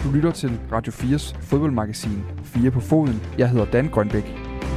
Du lytter til Radio 4's fodboldmagasin 4 på foden. Jeg hedder Dan Grønbæk.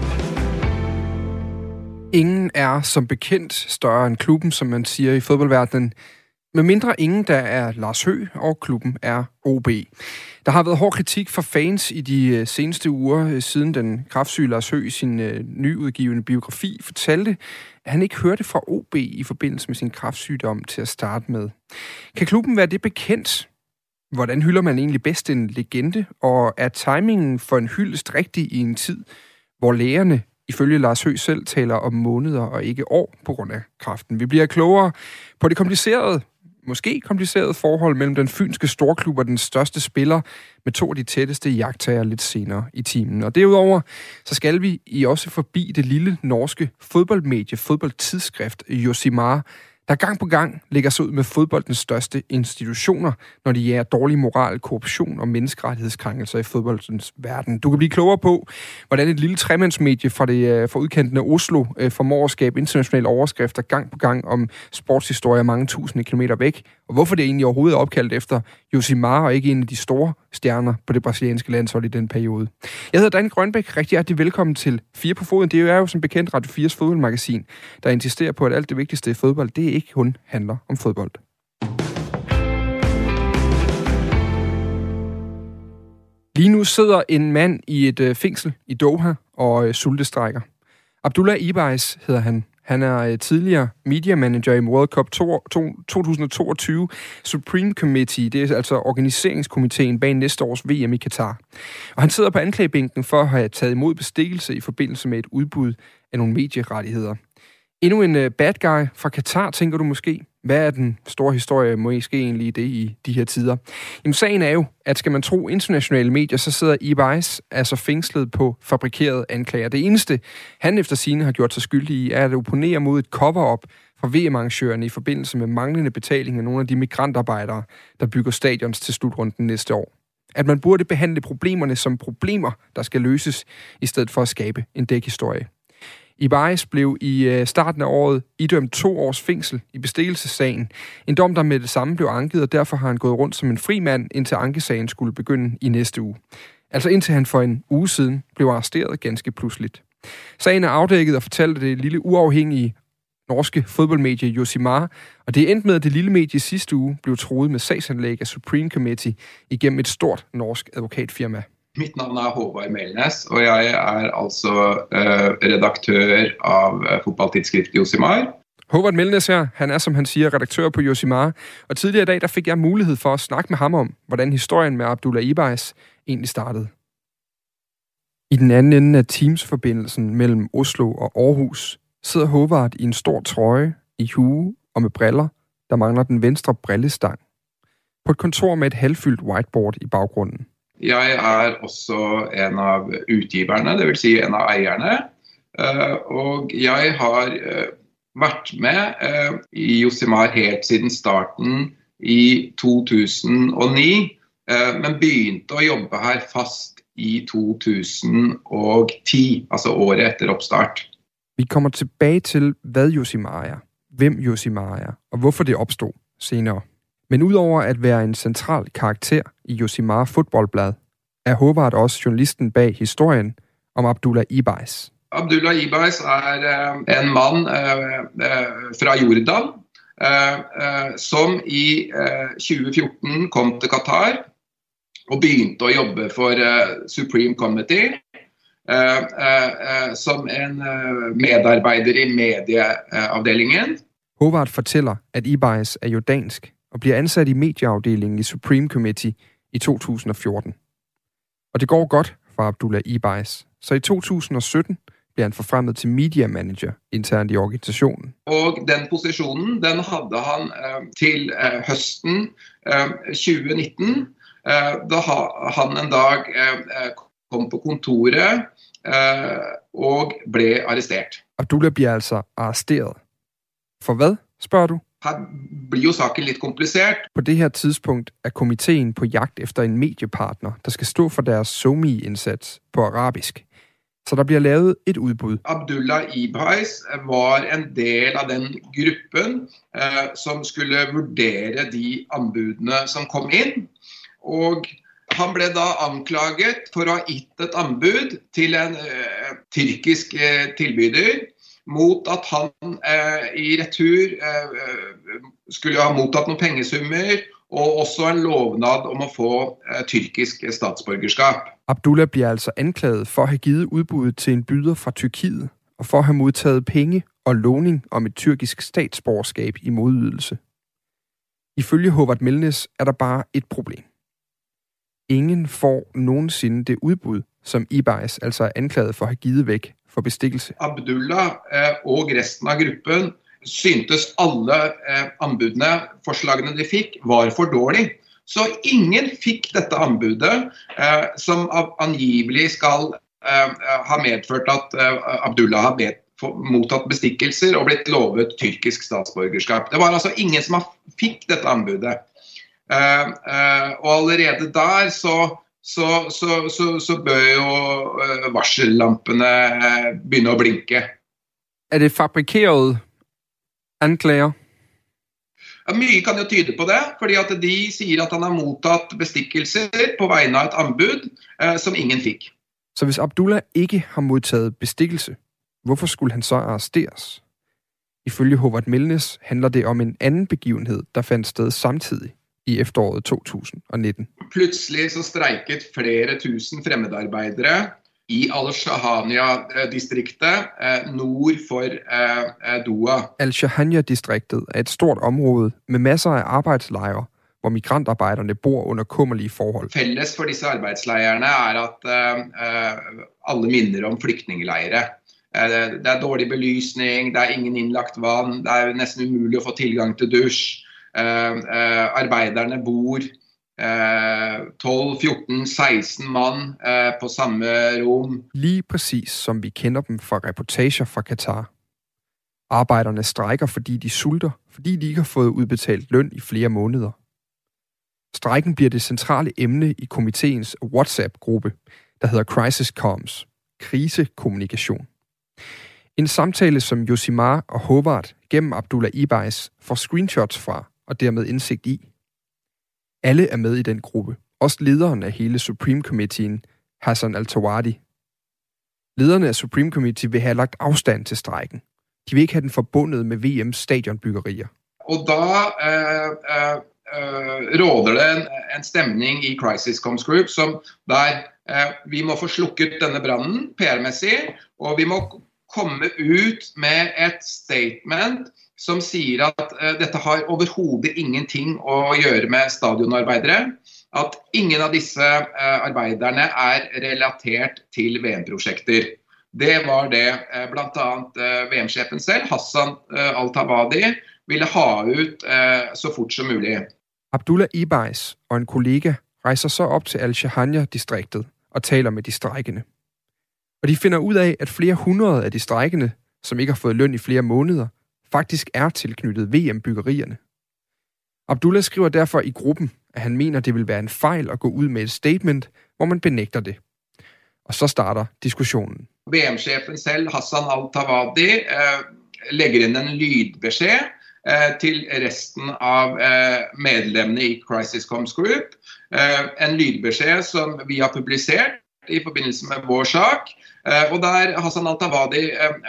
Ingen er som bekendt større end klubben, som man siger i fodboldverdenen. Med mindre ingen, der er Lars Høgh, og klubben er OB. Der har været hård kritik fra fans i de seneste uger, siden den kræftsyge Lars Høgh i sin nyudgivende biografi fortalte, at han ikke hørte fra OB i forbindelse med sin kræftsygdom til at starte med. Kan klubben være det bekendt? Hvordan hylder man egentlig bedst en legende? Og er timingen for en hyldest rigtig i en tid, hvor lægerne ifølge Lars Høgh selv taler om måneder og ikke år på grund af kræften? Vi bliver klogere på det måske komplicerede forhold mellem den fynske storklub og den største spiller med to af de tætteste jagttager lidt senere i timen. Og derudover så skal vi også forbi det lille norske fodboldmedie, fodboldtidsskrift Josimar, der gang på gang lægger sig ud med fodboldens største institutioner, når de jager dårlig moral, korruption og menneskerettighedskrænkelser i fodboldens verden. Du kan blive klogere på, hvordan et lille tremandsmedie fra udkanten af Oslo formår at skabe internationale overskrifter gang på gang om sportshistorier mange tusinde kilometer væk, og hvorfor det egentlig overhovedet er opkaldt efter Josimar og ikke en af de store stjerner på det brasilianske landshold i den periode. Jeg hedder Dan Grønbæk. Rigtig hjertelig velkommen til 4 på foden. Det er jo som bekendt Radio 4's fodboldmagasin, der insisterer på, at alt det vigtigste i fodbold, det ikke kun handler om fodbold. Lige nu sidder en mand i et fængsel i Doha og sultestrækker. Abdullah Ibais hedder han. Han er tidligere media manager i World Cup 2022 Supreme Committee. Det er altså organiseringskomiteen bag næste års VM i Katar. Og han sidder på anklagebænken for at have taget imod bestikkelse i forbindelse med et udbud af nogle medierettigheder. Endnu en bad guy fra Katar, tænker du måske. Hvad er den store historie måske egentlig i det i de her tider? Jamen sagen er jo, at skal man tro internationale medier, så sidder Ibais altså fængslet på fabrikerede anklager. Det eneste, han efter sigende har gjort sig skyldig i, er at opponere mod et cover-up fra VM-arrangørerne i forbindelse med manglende betaling af nogle af de migrantarbejdere, der bygger stadions til slutrunden næste år. At man burde behandle problemerne som problemer, der skal løses, i stedet for at skabe en dækhistorie. Ibais blev i starten af året idømt 2 års fængsel i bestikkelsessagen. En dom, der med det samme blev anket, og derfor har han gået rundt som en fri mand, indtil ankesagen skulle begynde i næste uge. Altså indtil han for en uge siden blev arresteret ganske pludseligt. Sagen er afdækket og fortalte det lille uafhængige norske fodboldmedie Josimar, og det endte med, at det lille medie sidste uge blev truet med sagsanlæg af Supreme Committee igennem et stort norsk advokatfirma. Mitt navn er Håvard Melnes, og jeg er altså redaktør af fodboldtidsskriftet Josimar. Håvard Melnes her, han er, som han siger, redaktør på Josimar, og tidligere i dag, der fik jeg mulighed for at snakke med ham om, hvordan historien med Abdullah Ibais egentlig startede. I den anden ende af Teams-forbindelsen mellem Oslo og Aarhus sidder Håvard i en stor trøje, i hue og med briller, der mangler den venstre brillestang, på et kontor med et halvfyldt whiteboard i baggrunden. Jeg er også en af utgiverne, det vil sige en af ejerne, og jeg har været med i Josimar helt siden starten i 2009, men begyndte at jobbe her fast i 2010, altså året efter opstart. Vi kommer tilbage til, hvad Josimar er, hvem Josimar er, og hvorfor det opstod senere. Men udover at være en central karakter i Josimar fodboldblad, er Håvard også journalisten bag historien om Abdullah Ibais. Abdullah Ibais er en mand fra Jordan, som i 2014 kom til Qatar og begyndte at jobbe for Supreme Committee som en medarbejder i medieafdelingen. Håvard fortæller, at Ibais er jordansk og bliver ansat i medieafdelingen i Supreme Committee i 2014. Og det går godt for Abdullah Ibais, så i 2017 bliver han forfremmet til media manager internt i organisationen. Og den positionen, den havde han til høsten 2019, da han en dag kom på kontoret og blev arresteret. Abdullah bliver altså arresteret. For hvad, spørger du? Her bliver jo saken lidt kompliceret. På det her tidspunkt er komiteen på jagt efter en mediepartner, der skal stå for deres SoMe-indsats på arabisk. Så der bliver lavet et udbud. Abdullah Ibais var en del af den gruppen, som skulle vurdere de anbudene som kom ind. Og Han ble da anklaget for å ha gitt et anbud til en tyrkisk tilbyder, mot at han i retur skulle ha mottatt noen pengesummer, og også en lovnad om å få tyrkisk statsborgerskap. Abdullah bliver altså anklaget for at have givet udbuddet til en byder fra Tyrkiet, og for at have modtaget penge og lovning om et tyrkisk statsborgerskab i modydelse. Ifølge Håvard Melnes er der bare et problem. Ingen får nogensinde det udbud, som Ibais altså er anklaget for at have givet væk for bestikkelse. Abdullah og resten av gruppen syntes alle anbudene, forslagene de fikk, var for dårlig. Så ingen fikk dette anbudet, som angivelig skal ha medført at Abdullah har mottatt bestikkelser og blitt lovet tyrkisk statsborgerskap. Det var altså ingen som fikk dette anbudet. Og allerede der så bør jo varsellampene begynne å blinke. Er det fabrikeret anklager? Mye kan jo tyde på det, fordi at de sier at han har mottatt bestikkelser på vegne av et anbud som ingen fikk. Så hvis Abdullah ikke har modtaget bestikkelse, hvorfor skulle han så arresteres? Ifølge Håvard Melnes handler det om en anden begivenhed, der fandt sted samtidig i efteråret 2019. Plutselig så streiket flere tusen fremmedarbeidere i Al-Shahania-distriktet nord for Doha. Al-Shahania-distriktet er et stort område med masser af arbejdslejre, hvor migrantarbejderne bor under kummerlige forhold. Fælles for disse arbejdslejrene er at alle minder om flygtningelejre. Det er dårlig belysning, det er ingen innlagt vann, det er nesten umulig å få tilgang til dusj. Arbeiderne bor 12, 14, 16 mann på samme rom. Lige præcis som vi kender dem fra reportager fra Katar. Arbejderne strejker, fordi de sulter, fordi de ikke har fået udbetalt løn i flere måneder. Strejken bliver det centrale emne i komiteens WhatsApp-gruppe, der hedder Crisis Comms, krisekommunikation. En samtale, som Josimar og Håvard gennem Abdullah Ibais får screenshots fra og dermed indsigt i. Alle er med i den gruppe, også lederen af hele Supreme Committeen, Hassan Al-Tawadi. Lederne af Supreme Committee vil have lagt afstand til strejken. De vil ikke have den forbundet med VM's stadionbyggerier. Og da råder det en stemning i Crisis Comms Group som der vi må få slukket denne branden PR-messig, og vi må komme ut med et statement som sier at dette har overhodet ingenting å gjøre med stadionarbeidere, at ingen av disse arbeiderne er relatert til VM-prosjekter. Det var det blant annet VM-sjefen selv, Hassan Al-Tawadi, ville ha ut så fort som mulig. Abdullah Ibais og en kollega rejser så op til Al-Shahania-distriktet og taler med de strejkende. Og de finder ud af, at flere hundrede af de strejkende, som ikke har fået løn i flere måneder, faktisk er tilknyttet VM-byggerierne. Abdullah skriver derfor i gruppen, at han mener, det vil være en fejl at gå ud med et statement, hvor man benægter det. Og så starter diskussionen. VM-sjefen selv, Hassan Al-Tawadi, lægger ind en lydbesked til resten av medlemmene i Crisis Comms Group. En lydbesked som vi har publisert i forbindelse med vår sak, og der Hassan Al-Tawadi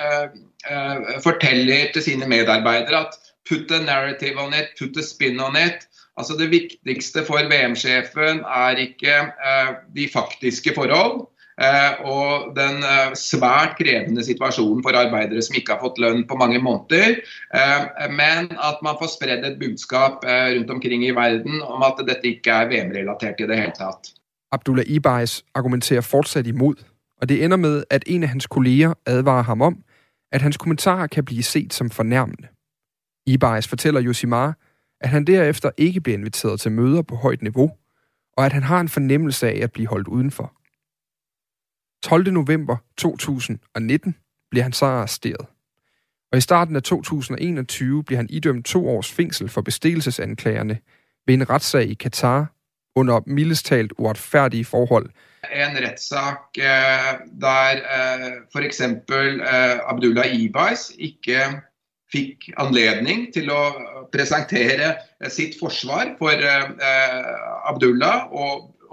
forteller til sine medarbeidere at put a narrative on it, put a spin on it. Altså det viktigste for VM-sjefen er ikke de faktiske forhold, og den svært krevende situasjonen for arbeidere som ikke har fått lønn på mange måneder, men at man får spredd et budskap rundt omkring i verden om at dette ikke er VM-relatert i det hele tatt. Abdullah Ibais argumenterer fortsat imod, og det ender med, at en af hans kolleger advarer ham om, at hans kommentarer kan blive set som fornærmende. Ibais fortæller Josimar, at han derefter ikke bliver inviteret til møder på højt niveau, og at han har en fornemmelse af at blive holdt udenfor. 12. november 2019 bliver han så arresteret. Og i starten af 2021 bliver han idømt 2 års fængsel for bestikkelsesanklagerne ved en retssag i Katar under mildest talt uretfærdige forhold. En retssag der for eksempel Abdullah Ibais ikke fik anledning til å presentere sitt forsvar for Abdullah,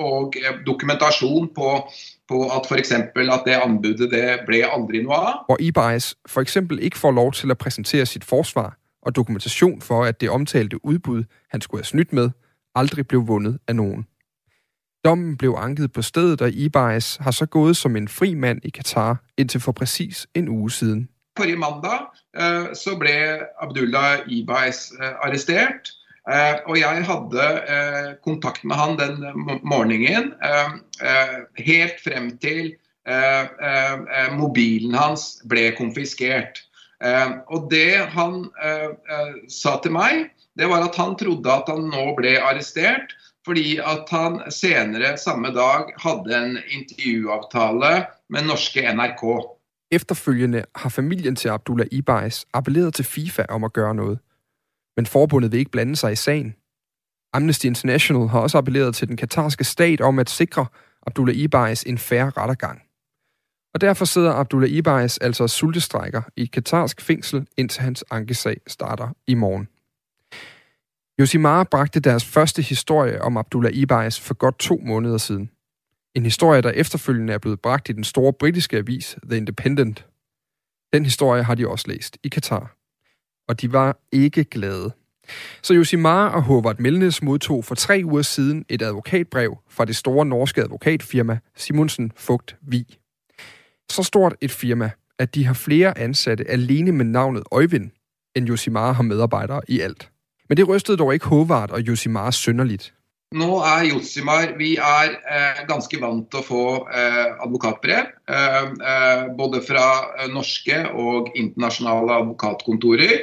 og dokumentasjon på at for eksempel at det anbudet det ble aldri noe av. Hvor eBuys for eksempel ikke får lov til at præsentere sit forsvar og dokumentation for, at det omtalte udbud, han skulle have snydt med, aldrig blev vundet af nogen. Dommen blev anket på stedet, og eBuys har så gået som en fri mand i Katar indtil for præcis en uge siden. Forrige mandag så ble Abdullah eBuys arrestert, og jeg hadde kontakt med han den morgenen, helt frem til mobilen hans ble konfiskert. Og det han sa til meg, det var at han trodde at han nå ble arrestert, fordi at han senere samme dag hadde en intervjuavtale med norske NRK. Efterfølgende har familien til Abdullah eBuys appelleret til FIFA om at gøre noget. Men forbundet vil ikke blande sig i sagen. Amnesty International har også appelleret til den katarske stat om at sikre Abdullah eBuys en fair rettergang. Og derfor sidder Abdullah eBuys altså sultestrejker i et katarsk fængsel, indtil hans ankesag starter i morgen. Josimar bragte deres første historie om Abdullah eBuys for godt 2 måneder siden. En historie, der efterfølgende er blevet bragt i den store britiske avis The Independent. Den historie har de også læst i Katar. Og de var ikke glade. Så Josimar og Håvard Melnes modtog for 3 uger siden et advokatbrev fra det store norske advokatfirma Simonsen Vogt Vig. Så stort et firma, at de har flere ansatte alene med navnet Øjvind, end Josimar har medarbejdere i alt. Men det rystede dog ikke Håvard og Josimar synderligt. Nå Josimar, vi ganske vant til at få advokatbrev, både fra norske og internationale advokatkontorer.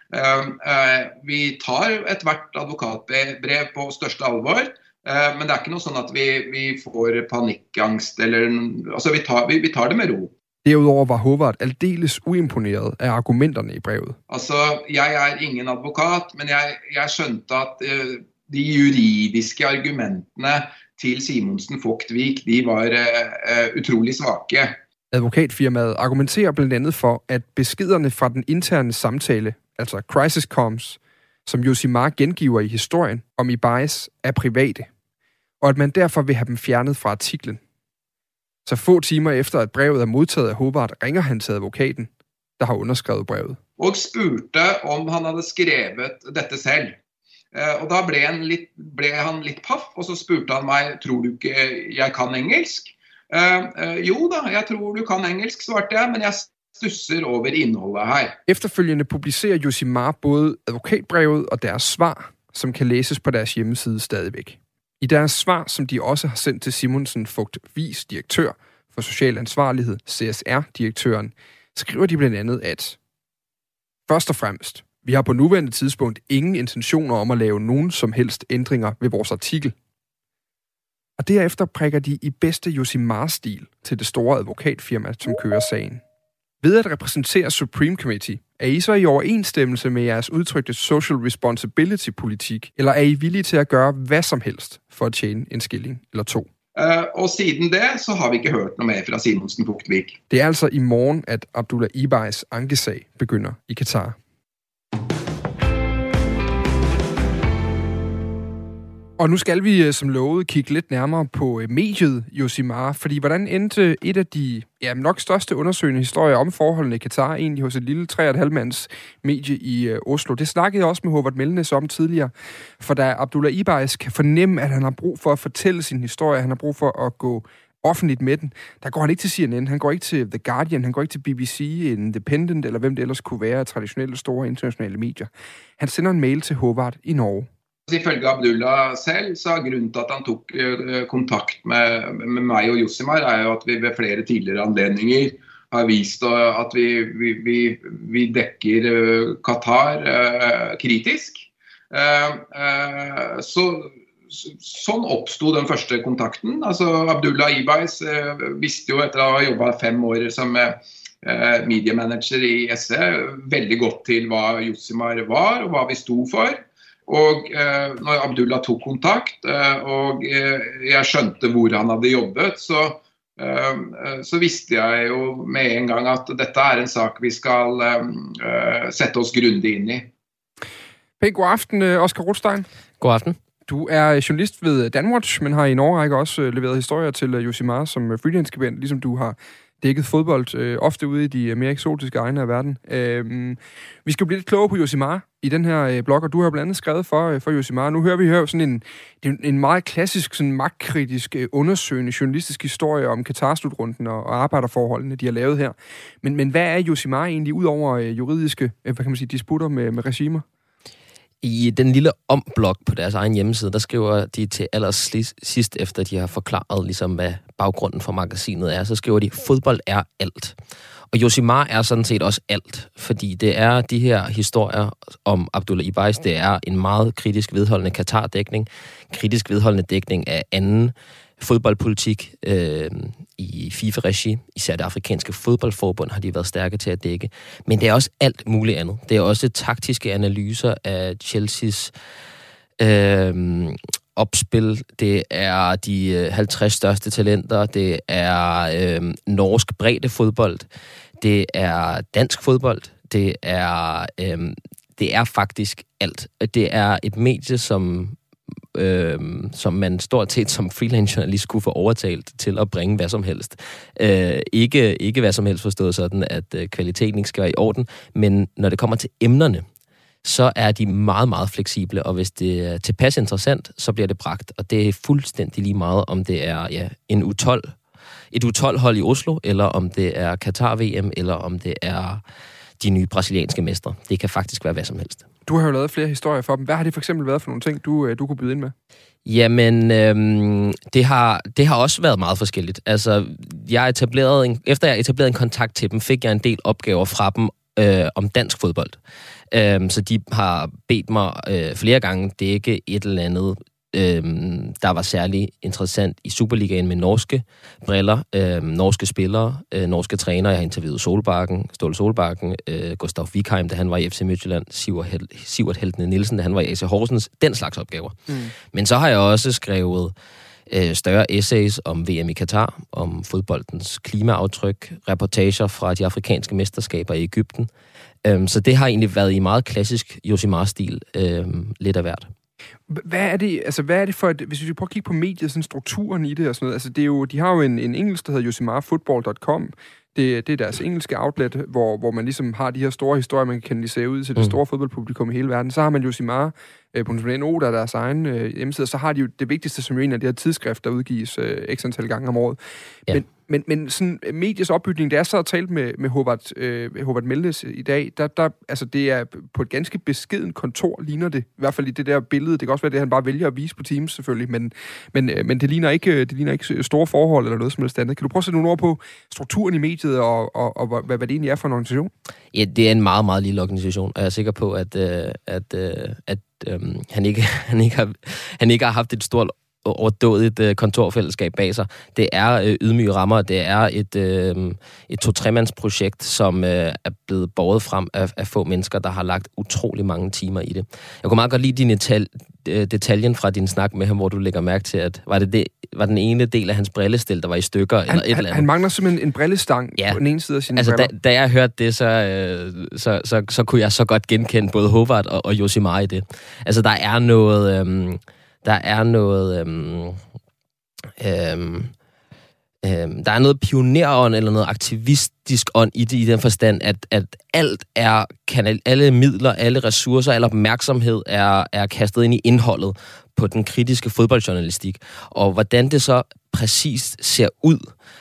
Vi tar et hvert advokatbrev på største alvor, men det ikke noe sånn at vi får panikkangst, altså vi tar det med ro. Derudover var Håvard aldeles uimponeret af argumenterne i brevet. Altså, jeg ingen advokat, men jeg skjønte at de juridiske argumentene til Simonsen Vogt Vig, de var utrolig svake. Advokatfirmaet argumenterer blandt andet for, at beskederne fra den interne samtale, altså crisis comms, som Josimar gengiver i historien om eBuys, er private, og at man derfor vil have dem fjernet fra artiklen. Så få timer efter, at brevet er modtaget af Håvard, ringer han til advokaten, der har underskrevet brevet. Og spurgte, om han havde skrevet dette selv. Og da ble han lidt paff, og så spurgte han mig, tror du ikke, jeg kan engelsk? Jo da, jeg tror du kan engelsk, svarte jeg, men jeg stusser over indholdet her. Efterfølgende publicerer Josimar både advokatbrevet og deres svar, som kan læses på deres hjemmeside stadigvæk. I deres svar, som de også har sendt til Simonsen Vogt Vigs direktør for social ansvarlighed, CSR-direktøren, skriver de blandt andet, at først og fremmest, vi har på nuværende tidspunkt ingen intentioner om at lave nogen som helst ændringer ved vores artikel. Og derefter prikker de i bedste Josimar-stil til det store advokatfirma, som kører sagen. Ved at repræsentere Supreme Committee, er I så i overensstemmelse med jeres udtrykte social responsibility-politik, eller er I villige til at gøre hvad som helst for at tjene en skilling eller 2? Og siden det, så har vi ikke hørt noget mere fra Simonsen Vogt Vig. Det er altså i morgen, at Abdullah eBuys ankesag begynder i Katar. Og nu skal vi, som lovet, kigge lidt nærmere på mediet Josimar, fordi hvordan endte et af de nok største undersøgende historier om forholdene i Katar egentlig hos et lille 3,5-mands medie i Oslo. Det snakkede jeg også med Håvard Melnes om tidligere, for da Abdullah eBuys kan fornemme, at han har brug for at fortælle sin historie, han har brug for at gå offentligt med den, der går han ikke til CNN, han går ikke til The Guardian, han går ikke til BBC, Independent, eller hvem det ellers kunne være, traditionelle store internationale medier. Han sender en mail til Håvard i Norge. Ifølge Abdullah selv, så grunden til at han tog kontakt med mig og Josimar, jo at vi ved flere tidligere anledninger har vist at vi dækker Katar kritisk. Sånn opstod den første kontakten. Altså, Abdullah eBuys visste jo etter å ha jobbet 5 år som mediemanager i SE veldig godt til hva Josimar var og hva vi stod for. Og når Abdullah tog kontakt, og jeg skjønte hvor han hadde jobbet, så visste jeg jo med en gang at dette en sak vi skal sette oss grundig inn i. Pænt god aften, Oscar Rothstein. God aften. Du er journalist ved Danwatch, men har i en årrække også leveret historier til Josimar som freelance-skribent, ligesom du har dækket fodbold, ofte ude i de mere eksotiske egne af verden. Vi skal blive lidt klogere på Josimar i den her blog, og du har blandt andet skrevet for Josimar. Nu hører vi her sådan en meget klassisk, sådan magtkritisk, undersøgende journalistisk historie om Qatar-slutrunden og arbejderforholdene, de har lavet her. Men hvad er Josimar egentlig, ud over juridiske, disputter med regimer? I den lille omblog på deres egen hjemmeside, der skriver de til allersidst, efter de har forklaret, ligesom, hvad baggrunden for magasinet er, så skriver de, fodbold er alt. Og Josimar er sådan set også alt, fordi det er de her historier om Abdullah Ibais, det er en meget kritisk vedholdende Qatar-dækning, kritisk vedholdende dækning af anden fodboldpolitik i FIFA-regi, især det afrikanske fodboldforbund har de været stærke til at dække. Men det er også alt muligt andet. Det er også taktiske analyser af Chelseas opspil. Det er de 50 største talenter. Det er norsk breddefodbold. Det er dansk fodbold. Det er faktisk alt. Det er et medie, som man stort set som freelance-journalist kunne få overtalt til at bringe hvad som helst. Ikke hvad som helst forstået sådan, at kvaliteten ikke skal være i orden, men når det kommer til emnerne, så er de meget, meget fleksible, og hvis det er tilpas interessant, så bliver det bragt, og det er fuldstændig lige meget, om det er et U12-hold i Oslo, eller om det er Qatar-VM, eller om det er de nye brasilianske mestre. Det kan faktisk være hvad som helst. Du har jo lavet flere historier for dem. Hvad har det for eksempel været for nogle ting, du kunne byde ind med? Jamen, det har også været meget forskelligt. Altså, efter jeg etablerede en kontakt til dem, fik jeg en del opgaver fra dem om dansk fodbold. Så de har bedt mig flere gange dække et eller andet, der var særlig interessant i Superligaen med norske briller, norske spillere, norske trænere. Jeg har interviewet Ståle Solbakken, Gustav Wikheim, da han var i FC Midtjylland, Sivert Heltene Nielsen, da han var i AC Horsens, den slags opgaver. Men så har jeg også skrevet større essays om VM i Katar, om fodboldens klimaaftryk, reportager fra de afrikanske mesterskaber i Egypten. Så det har egentlig været i meget klassisk Josimar-stil, lidt af hvert. Hvad er det for, hvis vi prøver at kigge på mediet, sådan strukturen i det og sådan noget, altså det er jo, de har jo en engelsk, der hedder josimarfootball.com. Det er deres engelske outlet, hvor man ligesom har de her store historier, man kan kanalisere ud til det store fodboldpublikum i hele verden. Så har man Josimar.no, der er deres egen hjemmeside, og så har de jo det vigtigste, som jo en af de her tidsskrifter, der udgives x antal gange om året. Ja. Men sådan mediers opbygning, det er så at tale med Håvard Meldes i dag, altså det er på et ganske beskeden kontor, ligner det, i hvert fald i det der billede. Det kan også være, det han bare vælger at vise på Teams selvfølgelig, men det ligner ikke store forhold eller noget som helst andet. Kan du prøve at sætte nogle ord på strukturen i mediet, og hvad det egentlig er for en organisation? Ja, det er en meget, meget lille organisation, og jeg er sikker på, at han ikke har haft et stort overdådigt kontorfællesskab bag sig. Det er ydmyge rammer, det er et 2-3-mandsprojekt, som er blevet båret frem af få mennesker, der har lagt utrolig mange timer i det. Jeg kunne meget godt lide din detaljen fra din snak med ham, hvor du lægger mærke til, at var den ene del af hans brillestil, der var i stykker, eller et eller andet. Han mangler simpelthen en brillestang på den ene side af sine briller. Da jeg hørte det, så kunne jeg så godt genkende både Håvard og Josimar i det. Altså, der er noget pionerånd eller noget aktivistisk ånd i det, i den forstand, at alt er alle midler, alle ressourcer, al opmærksomhed er kastet ind i indholdet på den kritiske fodboldjournalistik. Og hvordan det så præcist ser ud,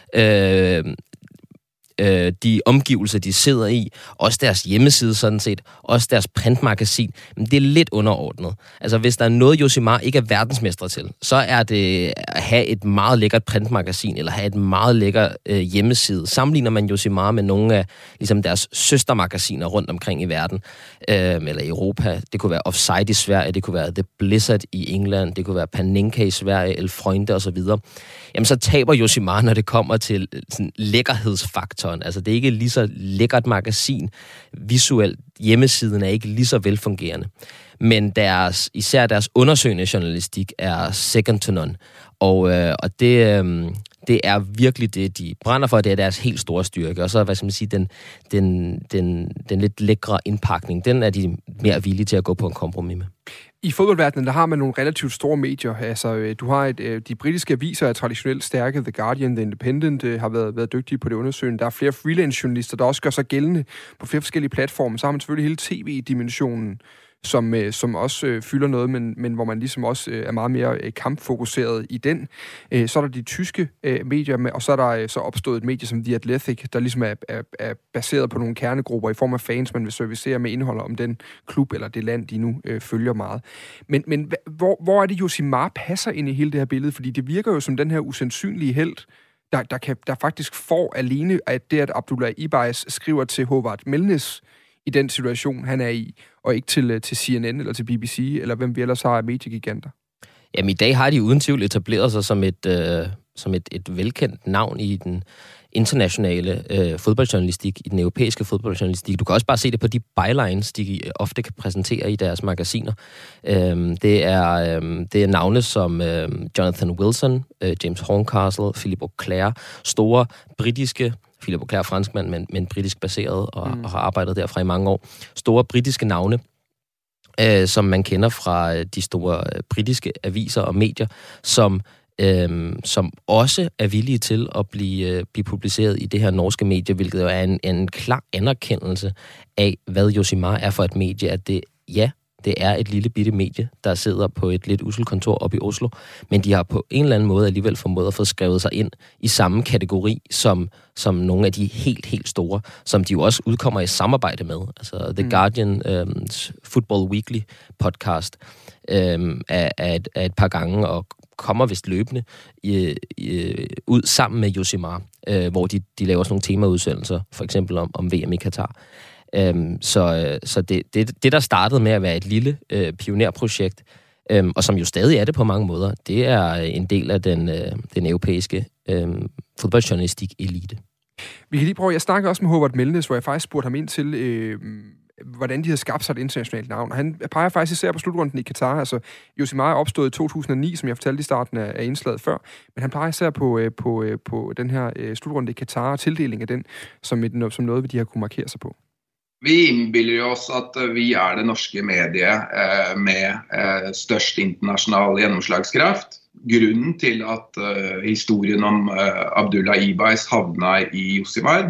de omgivelser, de sidder i, også deres hjemmeside sådan set, også deres printmagasin, men det er lidt underordnet. Altså, hvis der er noget, Josimar ikke er verdensmester til, så er det at have et meget lækkert printmagasin, eller have et meget lækkert hjemmeside. Sammenligner man Josimar med nogle af ligesom deres søstermagasiner rundt omkring i verden, eller i Europa. Det kunne være Offside i Sverige, det kunne være The Blizzard i England, det kunne være Panenka i Sverige, El Freunde osv. Jamen, så taber Josimar, når det kommer til sådan lækkerhedsfaktoren. Altså, det er ikke lige så lækkert magasin. Visuelt, hjemmesiden er ikke lige så velfungerende. Men især deres undersøgende journalistik er second to none. Og det er virkelig det, de brænder for. Det er deres helt store styrke. Og så, hvad skal man sige, den lidt lækre indpakning, den er de mere villige til at gå på en kompromis med. I fodboldverdenen, der har man nogle relativt store medier. Altså, du har de britiske aviser er traditionelt stærke. The Guardian, The Independent har været dygtige på det undersøgende. Der er flere freelance-journalister, der også gør sig gældende på flere forskellige platforme. Så har man selvfølgelig hele tv-dimensionen, som også fylder noget, men hvor man ligesom også er meget mere kampfokuseret i den. Så er der de tyske medier, og så er der så opstået et medie som The Athletic, der ligesom er baseret på nogle kernegrupper i form af fans, man vil servicere med indhold om den klub eller det land, de nu følger meget. Men hvor er det, Josimar passer ind i hele det her billede? Fordi det virker jo som den her usandsynlige helt, der faktisk får alene, at det, at Abdullah Ibais skriver til Håvard Melnes i den situation, han er i, og ikke til CNN eller til BBC, eller hvem vi ellers har af mediegiganter? Jamen, i dag har de uden tvivl etableret sig som et velkendt navn i den internationale fodboldjournalistik, i den europæiske fodboldjournalistik. Du kan også bare se det på de bylines, de ofte kan præsentere i deres magasiner. Det er navne som Jonathan Wilson, James Horncastle, Philippe Auclair, store britiske, Philippe Auclair er franskmand, men britisk baseret og har arbejdet derfra i mange år. Store britiske navne, som man kender fra de store britiske aviser og medier, som også er villige til at blive publiceret i det her norske medie, hvilket jo er en klar anerkendelse af, hvad Josimar er for et medie, at det er et lille bitte medie, der sidder på et lidt usselt kontor oppe i Oslo, men de har på en eller anden måde alligevel formået at få skrevet sig ind i samme kategori som nogle af de helt store, som de jo også udkommer i samarbejde med. Altså The Guardian Football Weekly podcast er et par gange og kommer vist løbende ud sammen med Josimar, hvor de laver sådan nogle temaudsendelser, for eksempel om VM i Katar. Så det, der startede med at være et lille pionerprojekt, og som jo stadig er det på mange måder, det er en del af den europæiske fodboldjournalistik-elite. Vi kan lige prøve, jeg snakkede også med Håvard Melnes, hvor jeg faktisk spurgte ham ind til, hvordan de havde skabt sig et internationalt navn. Og han peger faktisk især på slutrunden i Katar. Altså, Josimar er opstået i 2009, som jeg fortalte i starten af indslaget før, men han peger især på den her slutrunde i Katar og tildeling af den, som noget, de har kunne markere sig på. Vi innbiller oss at vi er det norske mediet med størst internasjonal gjennomslagskraft. Grunnen til at historien om Abdullah Ibais havna i Josimar,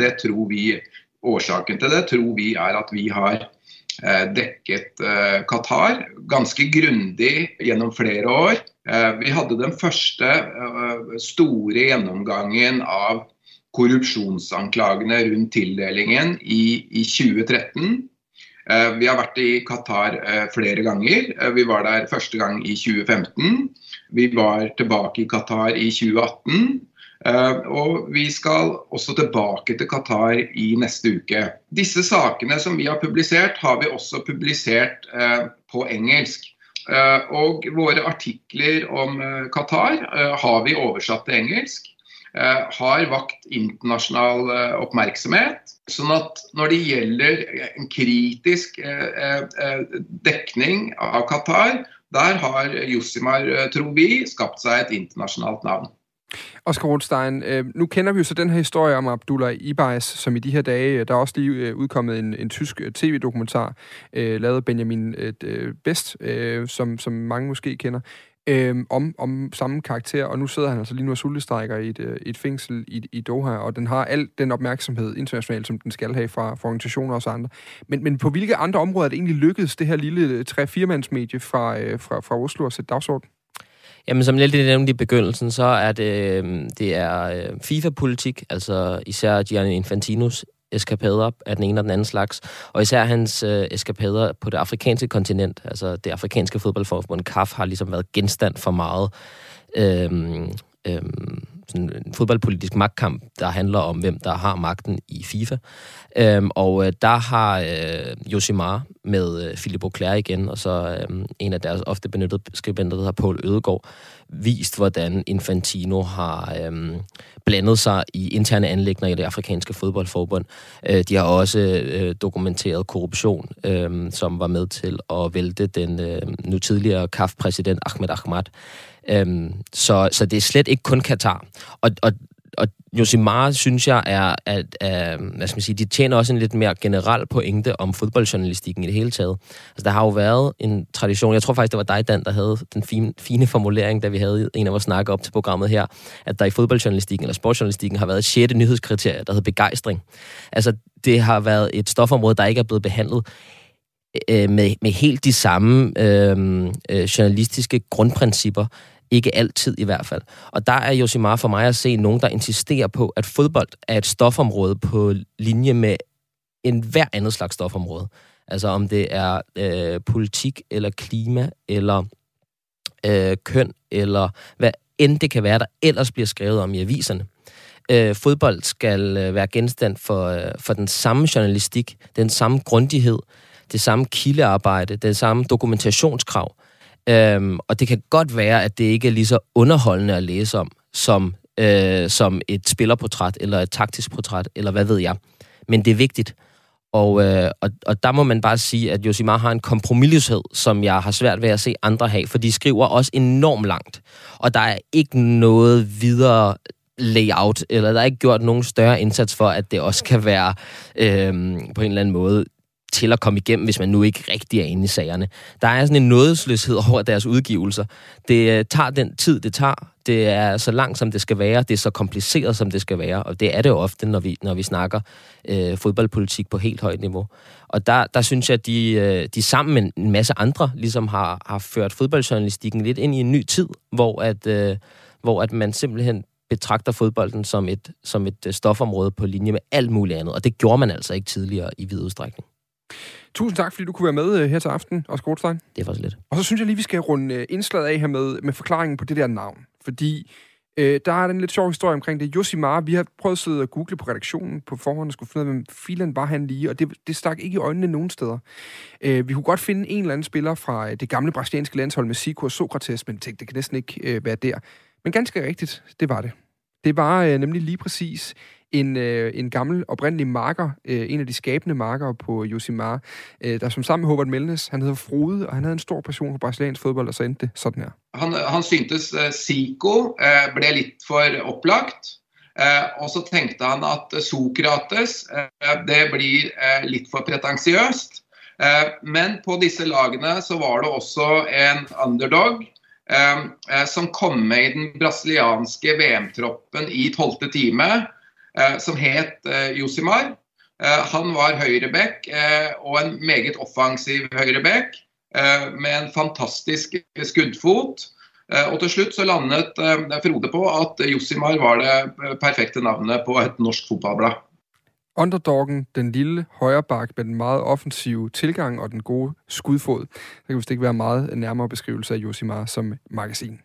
årsaken til det tror vi er at vi har dekket Qatar ganske grundig gjennom flere år. Vi hadde den første store gjennomgangen av korrupsjonsanklagene rundt tildelingen i 2013. Vi har vært i Qatar flere ganger. Vi var der første gang i 2015. Vi var tilbake i Qatar i 2018. Og vi skal også tilbake til Qatar i neste uke. Disse sakene som vi har publisert, har vi også publisert på engelsk. Og våre artikler om Qatar har vi oversatt til engelsk. Har vakt internasjonal oppmerksomhet, sånn at når det gjelder en kritisk dekning av Qatar, der har Josimar, tror vi, skabt sig et internasjonalt navn. Oscar Rothstein, nu kender vi jo så den her historie om Abdullah Ibais, som i de her dage, der er også lige udkommet en tysk tv-dokumentar, lavet af Benjamin Best, som mange måske kender, om samme karakter, og nu sidder han altså lige nu og sultestrækker i et fængsel i Doha, og den har al den opmærksomhed internationalt, som den skal have fra organisationer og så andre. Men på hvilke andre områder er det egentlig lykkedes, det her lille 3-4-mandsmedie fra Oslo at sætte dagsorden? Jamen, som lidt nævnte i begyndelsen, så er det er FIFA-politik, altså især Gianni Infantinos eskapader af den ene og den anden slags, og især hans eskapader på det afrikanske kontinent, altså det afrikanske fodboldforbund CAF, har ligesom været genstand for meget sådan en fodboldpolitisk magtkamp, der handler om, hvem der har magten i FIFA. Og der har Josimar med Philippe Auclair igen, og så en af deres ofte benyttede skribenter, der hedder Poul Ødegaard, vist, hvordan Infantino har blandet sig i interne anliggender i det afrikanske fodboldforbund. De har også dokumenteret korruption, som var med til at vælte den nu tidligere CAF-præsident Ahmed Ahmad. Så det er slet ikke kun Katar. Josimar, synes jeg, er hvad skal man sige, de tjener også en lidt mere generel pointe om fodboldjournalistikken i det hele taget. Altså, der har jo været en tradition, jeg tror faktisk, det var dig, Dan, der havde den fine formulering, da vi havde en af vores snakke op til programmet her, at der i fodboldjournalistikken eller sportsjournalistikken har været et 6. nyhedskriterie, der hedder begejstring. Altså, det har været et stofområde, der ikke er blevet behandlet med helt de samme journalistiske grundprincipper. Ikke altid i hvert fald. Og der er Josimar for mig at se nogen, der insisterer på, at fodbold er et stofområde på linje med en hver andet slags stofområde. Altså om det er politik, eller klima, eller køn, eller hvad end det kan være, der ellers bliver skrevet om i aviserne. Fodbold skal være genstand for den samme journalistik, den samme grundighed, det samme kildearbejde, det samme dokumentationskrav. Og det kan godt være, at det ikke er lige så underholdende at læse om, som et spillerportræt, eller et taktisk portræt, eller hvad ved jeg. Men det er vigtigt. Og der må man bare sige, at Josimar har en kompromisløshed, som jeg har svært ved at se andre have, for de skriver også enormt langt. Og der er ikke noget videre layout, eller der er ikke gjort nogen større indsats for, at det også kan være på en eller anden måde til at komme igennem, hvis man nu ikke rigtig er inde i sagerne. Der er sådan en nådesløshed over deres udgivelser. Det tager den tid, det tager. Det er så langt, som det skal være. Det er så kompliceret, som det skal være. Og det er det jo ofte, når vi snakker fodboldpolitik på helt højt niveau. Og der synes jeg, at de sammen med en masse andre ligesom har ført fodboldjournalistikken lidt ind i en ny tid, hvor at man simpelthen betragter fodbolden som et stofområde på linje med alt muligt andet. Og det gjorde man altså ikke tidligere i vid udstrækning. Tusind tak, fordi du kunne være med her til aften, Oscar Rothstein. Det er faktisk lidt. Og så synes jeg lige, vi skal runde indslaget af her med forklaringen på det der navn. Fordi der er en lidt sjov historie omkring det. Josimar, vi har prøvet at sidde og google på redaktionen på forhånd og skulle finde ud af, hvem filen var han lige, og det stak ikke i øjnene nogen steder. Vi kunne godt finde en eller anden spiller fra det gamle brasilianske landshold med Zico og Sokrates, men tænkte, det kan næsten ikke være der. Men ganske rigtigt, det var det. Det var nemlig lige præcis en gammel oprindelig marker, en af de skabende markere på Josimar, der som sammen med Håvard Melnes, han hedder Frode, og han havde en stor passion for brasiliansk fodbold, og så endte det sådan her. Han syntes Zico ble litt for opplagt, og så tenkte han at Sokrates det blir litt for pretensiøst, men på disse lagene så var det også en underdog, som kom med i den brasilianske VM-troppen i 12. time, som het Josimar. Han var høyrebekk og en meget offensiv høyrebekk med en fantastisk skuddfot. Og til slutt så landet Frode på at Josimar var det perfekte navnet på et norsk fodboldblad. Underdoggen, den lille højreback med den meget offensive tilgang og den gode skudfod. Der kan vist ikke være meget nærmere beskrivelse af Josimar som magasin.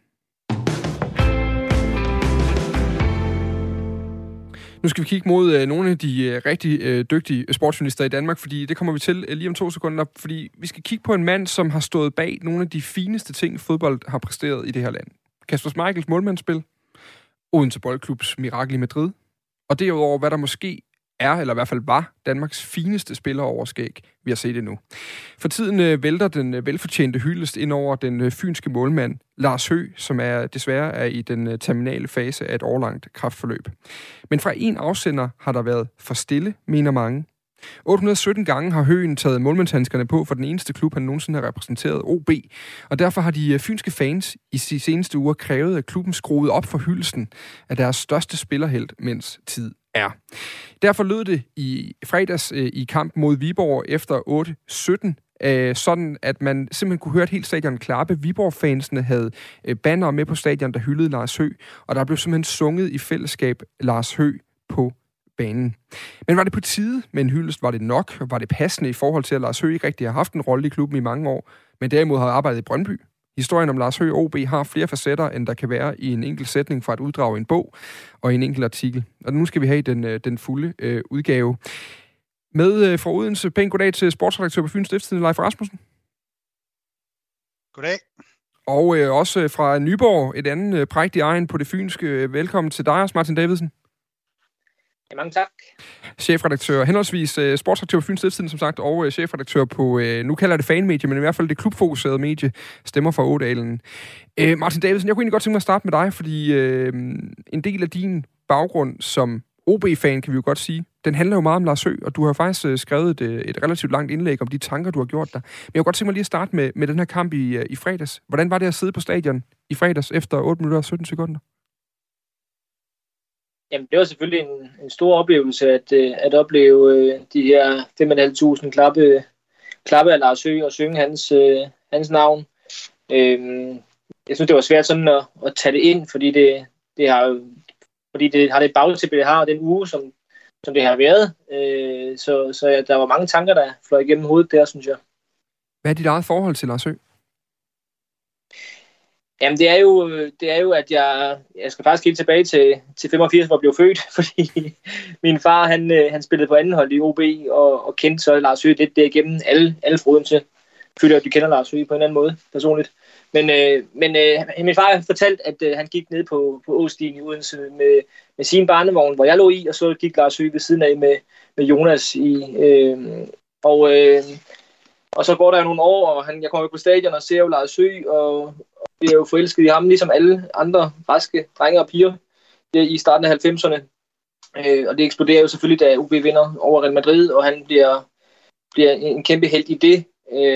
Nu skal vi kigge mod nogle af de rigtig dygtige sportsjournalister i Danmark, fordi det kommer vi til lige om 2 sekunder, fordi vi skal kigge på en mand, som har stået bag nogle af de fineste ting, fodbold har præsteret i det her land. Kasper Schmeichels målmandsspil, Odense Boldklubs mirakel i Madrid, og derudover, hvad der måske er, eller i hvert fald var, Danmarks fineste spilleroverskæg, vi har set endnu. For tiden vælter den velfortjente hyldest ind over den fynske målmand Lars Høgh, som desværre er i den terminale fase af et årlangt kræftforløb. Men fra en afsender har der været for stille, mener mange. 817 gange har Høgh taget målmandshandskerne på for den eneste klub, han nogensinde har repræsenteret, OB. Og derfor har de fynske fans i de seneste uger krævet, at klubben skruede op for hyldelsen af deres største spillerhelt, mens tid er. Derfor lød det i fredags i kampen mod Viborg efter 8-17, sådan at man simpelthen kunne høre et helt stadion klappe. Viborg-fansene havde bannere med på stadion, der hyldede Lars Høgh, og der blev simpelthen sunget i fællesskab Lars Høgh på banen. Men var det på tide med en hyldest? Var det nok? Var det passende i forhold til, at Lars Høgh ikke rigtig har haft en rolle i klubben i mange år, men derimod har arbejdet i Brøndby? Historien om Lars Høgh OB har flere facetter, end der kan være i en enkelt sætning fra et uddrag i en bog og i en enkelt artikel. Og nu skal vi have den fulde udgave. Med fra Odense, pænt goddag til sportsredaktør på Fyns Stiftstidende, Leif Rasmussen. Goddag. Og også fra Nyborg, et andet prægtig egen på det fynske. Velkommen til dig, Martin Davidsen. Ja, mange tak. Chefredaktør, henholdsvis sportsredaktør på Fyns Stiftstidende, som sagt, og chefredaktør på, nu kalder det fanmedie, men i hvert fald det klubfokuserede medie, Stemmer fra Ådalen. Martin Davidsen, jeg kunne egentlig godt tænke mig at starte med dig, fordi en del af din baggrund som OB-fan, kan vi jo godt sige, den handler jo meget om Lars Høgh, og du har faktisk skrevet et relativt langt indlæg om de tanker, du har gjort der. Men jeg kunne godt tænke mig lige at starte med den her kamp i fredags. Hvordan var det at sidde på stadion i fredags efter 8 minutter og 17 sekunder? Jamen, det var selvfølgelig en stor oplevelse at opleve de her 5.500 klappe af Lars Høgh og synge hans navn. Jeg synes, det var svært sådan at tage det ind, fordi det har det bagtæppe, det har, og den uge, som det har været. Så ja, der var mange tanker, der fløj igennem hovedet der, synes jeg. Hvad er dit eget forhold til Lars Høgh? Jamen, det er jo, at jeg skal faktisk helt tilbage til 85, hvor jeg blev født, fordi min far, han spillede på anden hold i OB, og kendte så Lars Høgh lidt derigennem alle fra Odense. Føler, at de kender Lars Høgh på en eller anden måde, personligt. Men min far fortalte, at han gik ned på Åstien i Odense med sin barnevogn, hvor jeg lå i, og så gik Lars Høgh ved siden af med Jonas i. Og så går der jo nogle år, og jeg kommer på stadion og ser jo Lars Høgh, og vi er jo forelsket i ham, ligesom alle andre raske drenge og piger i starten af 90'erne. Og det eksploderer jo selvfølgelig, da OB vinder over Real Madrid, og han bliver en kæmpe helt i det.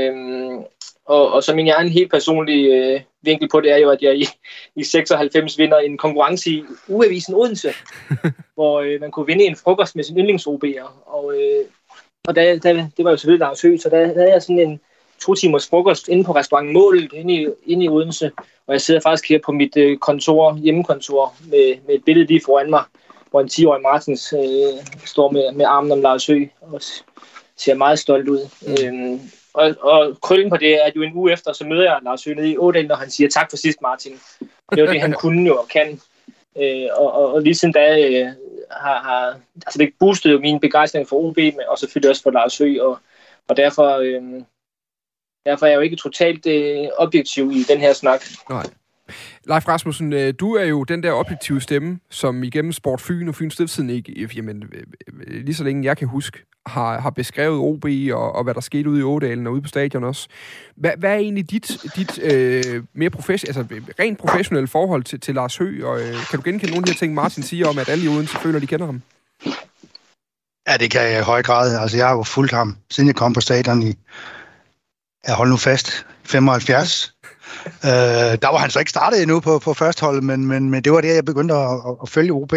Og så min egen helt personlige vinkel på det er jo, at jeg i 96 vinder en konkurrence i Ugeavisen Odense, hvor man kunne vinde en frokost med sin yndlings-OB'er. Og det var jo selvfølgelig Lars Høgh, så der havde jeg sådan en 2 timers frokost inde på restaurant Målet inde i Odense, og jeg sidder faktisk her på mit hjemmekontor med et billede lige foran mig, hvor en 10-årig Martins står med armen om Lars Høgh og ser meget stolt ud. Og krøllen på det er, at jo en uge efter, så møder jeg Lars Høgh nede i Ådalen, og han siger, tak for sidst, Martin. Det var det, han kunne jo og kan. Og lige siden da altså det boostede jo min begejstring for OB, og selvfølgelig også for Lars Høgh, og derfor er jeg jo ikke totalt objektiv i den her snak. Nej. Leif Rasmussen, du er jo den der objektive stemme, som igennem Sport Fyn og Fyns Stiftstidende lige så længe jeg kan huske, har beskrevet OB og hvad der skete ude i Ådalen og ude på stadion også. Hvad er egentlig dit mere rent professionelle forhold til Lars Høgh? Og kan du genkende nogle af de her ting, Martin siger om, at alle i Odense føler, de kender ham? Ja, det kan jeg i høj grad. Altså, jeg har jo fulgt ham, siden jeg kom på stadion jeg holder nu fast, 75. Der var han så ikke startet endnu på førsteholdet, men det var det, jeg begyndte at følge OB.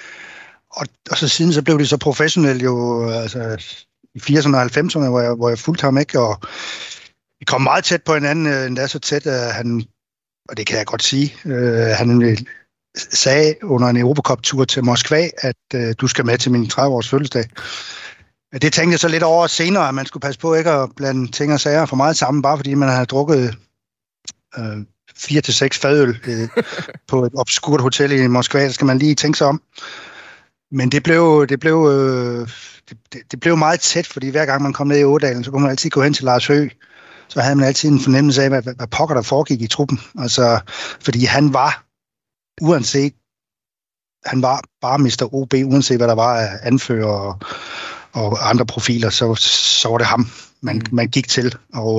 Og så siden så blev det så professionelt jo, altså i 80'erne og 90'erne, hvor jeg fulgte ham, ikke? Og vi kom meget tæt på hinanden, endda så tæt, at han, og det kan jeg godt sige, han sagde under en Europacup-tur til Moskva, at du skal med til min 30-års fødselsdag. Det tænkte jeg så lidt over senere, at man skulle passe på ikke at blande ting og sager for meget sammen, bare fordi man havde drukket 4 til 6 fadøl på et obskurt hotel i Moskva. Der skal man lige tænke sig om. Men det blev meget tæt, fordi hver gang man kom ned i Ådalen, så kunne man altid gå hen til Lars Høgh. Så havde man altid en fornemmelse af, hvad pokker der foregik i truppen. Altså, fordi han var, uanset, han var bare Mr. OB, uanset hvad der var af anfører og andre profiler, så var det ham, man gik til. Og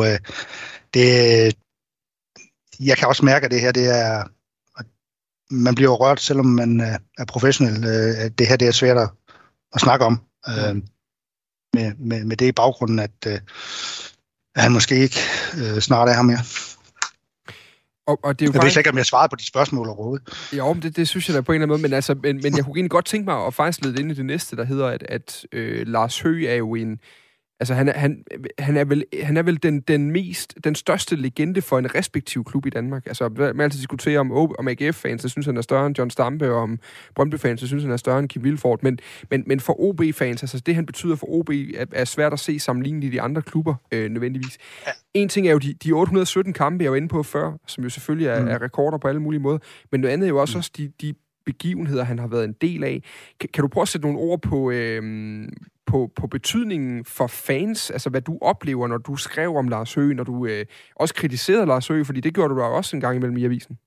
jeg kan også mærke, at det her, det er, man bliver rørt, selvom man er professionel. Det her, det er svært at snakke om. Med det i baggrunden, at han måske ikke snart er her mere. Og det er jo jeg ved ikke, om jeg svarede på de spørgsmål overhovedet. Jo, det synes jeg da på en eller anden måde, men jeg kunne egentlig godt tænke mig at faktisk lede ind i det næste, der hedder, at Lars Høgh er jo en... Altså, han er vel den største legende for en respektiv klub i Danmark. Altså, man altid diskuterer om AGF-fans, så synes han er større end John Stampe, og om Brøndby-fans, så synes han er større end Kim Vilfort. Men for OB-fans, altså det han betyder for OB, er svært at se sammenlignet i de andre klubber, nødvendigvis. Ja. En ting er jo de 817 kampe, jeg var inde på før, som jo selvfølgelig er rekorder på alle mulige måder, men noget andet er jo også de begivenheder, han har været en del af. Kan du prøve at sætte nogle ord på betydningen for fans, altså hvad du oplever, når du skrev om Lars Høgh, når du også kritiserede Lars Høgh, fordi det gjorde du da også en gang imellem i avisen?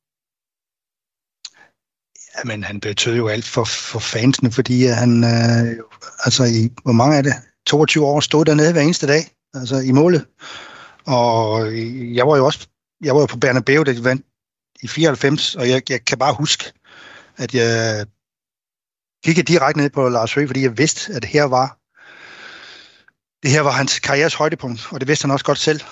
Jamen, han betød jo alt for fansene, fordi han, altså i, hvor mange er det? 22 år stod dernede hver eneste dag, altså i målet. Og jeg var jo på Bernabeu, da de vandt i 94, og jeg kan bare huske, at kiggede direkte ned på Lars Høgh, fordi jeg vidste, at det her var hans karrieres højdepunkt, og det vidste han også godt selv.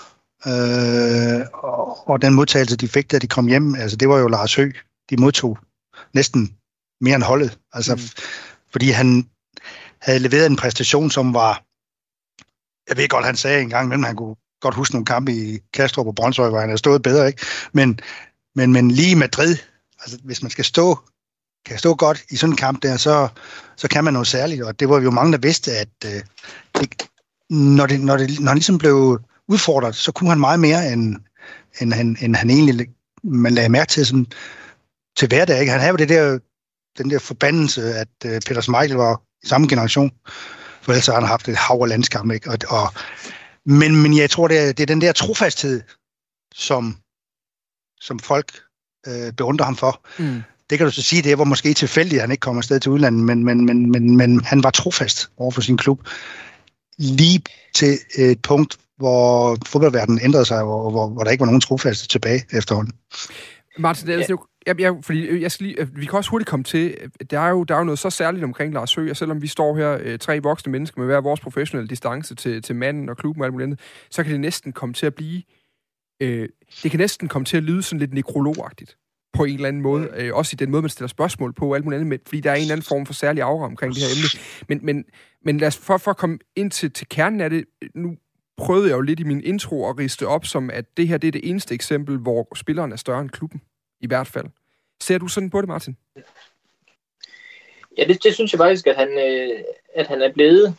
Og den modtagelse, de fik, da de kom hjem, altså det var jo Lars Høgh, de modtog næsten mere end holdet. Altså, fordi han havde leveret en præstation, som var, jeg ved godt, han sagde en gang imellem, han kunne godt huske nogle kampe i Kastrup og Brøndshøj, hvor han havde stået bedre, ikke? Men lige i Madrid, altså hvis man kan stå godt i sådan en kamp der, så kan man noget særligt, og det var jo mange, der vidste, at når han ligesom blev udfordret, så kunne han meget mere, end han egentlig, man lagde mærke til, sådan, til hverdag, ikke? Han havde jo den der forbandelse, at Peter Schmeichel var i samme generation, for ellers har han haft et hav af landskamp, ikke? Men jeg tror, det er den der trofasthed, som folk beundrer ham for. Det kan du så sige, det var måske tilfældigt, at han ikke kom afsted til udlandet, men han var trofast over for sin klub. Lige til et punkt, hvor fodboldverdenen ændrede sig, og hvor der ikke var nogen trofaste tilbage efterhånden. Martin, fordi jeg skal lige, vi kan også hurtigt komme til, der er jo noget så særligt omkring Lars Høgh, og selvom vi står her 3 voksne mennesker med hver vores professionelle distance til manden og klubben og alt muligt andet, så kan det næsten komme til at blive, det kan næsten komme til at lyde sådan lidt nekrologagtigt på en eller anden måde, også i den måde, man stiller spørgsmål på, og alt muligt andet, fordi der er en eller anden form for særlig aura omkring det her emne. Men lad os for at komme ind til kernen af det, nu prøvede jeg jo lidt i min intro at riste op, som at det her det er det eneste eksempel, hvor spilleren er større end klubben, i hvert fald. Ser du sådan på det, Martin? Ja, det synes jeg faktisk, at han er blevet,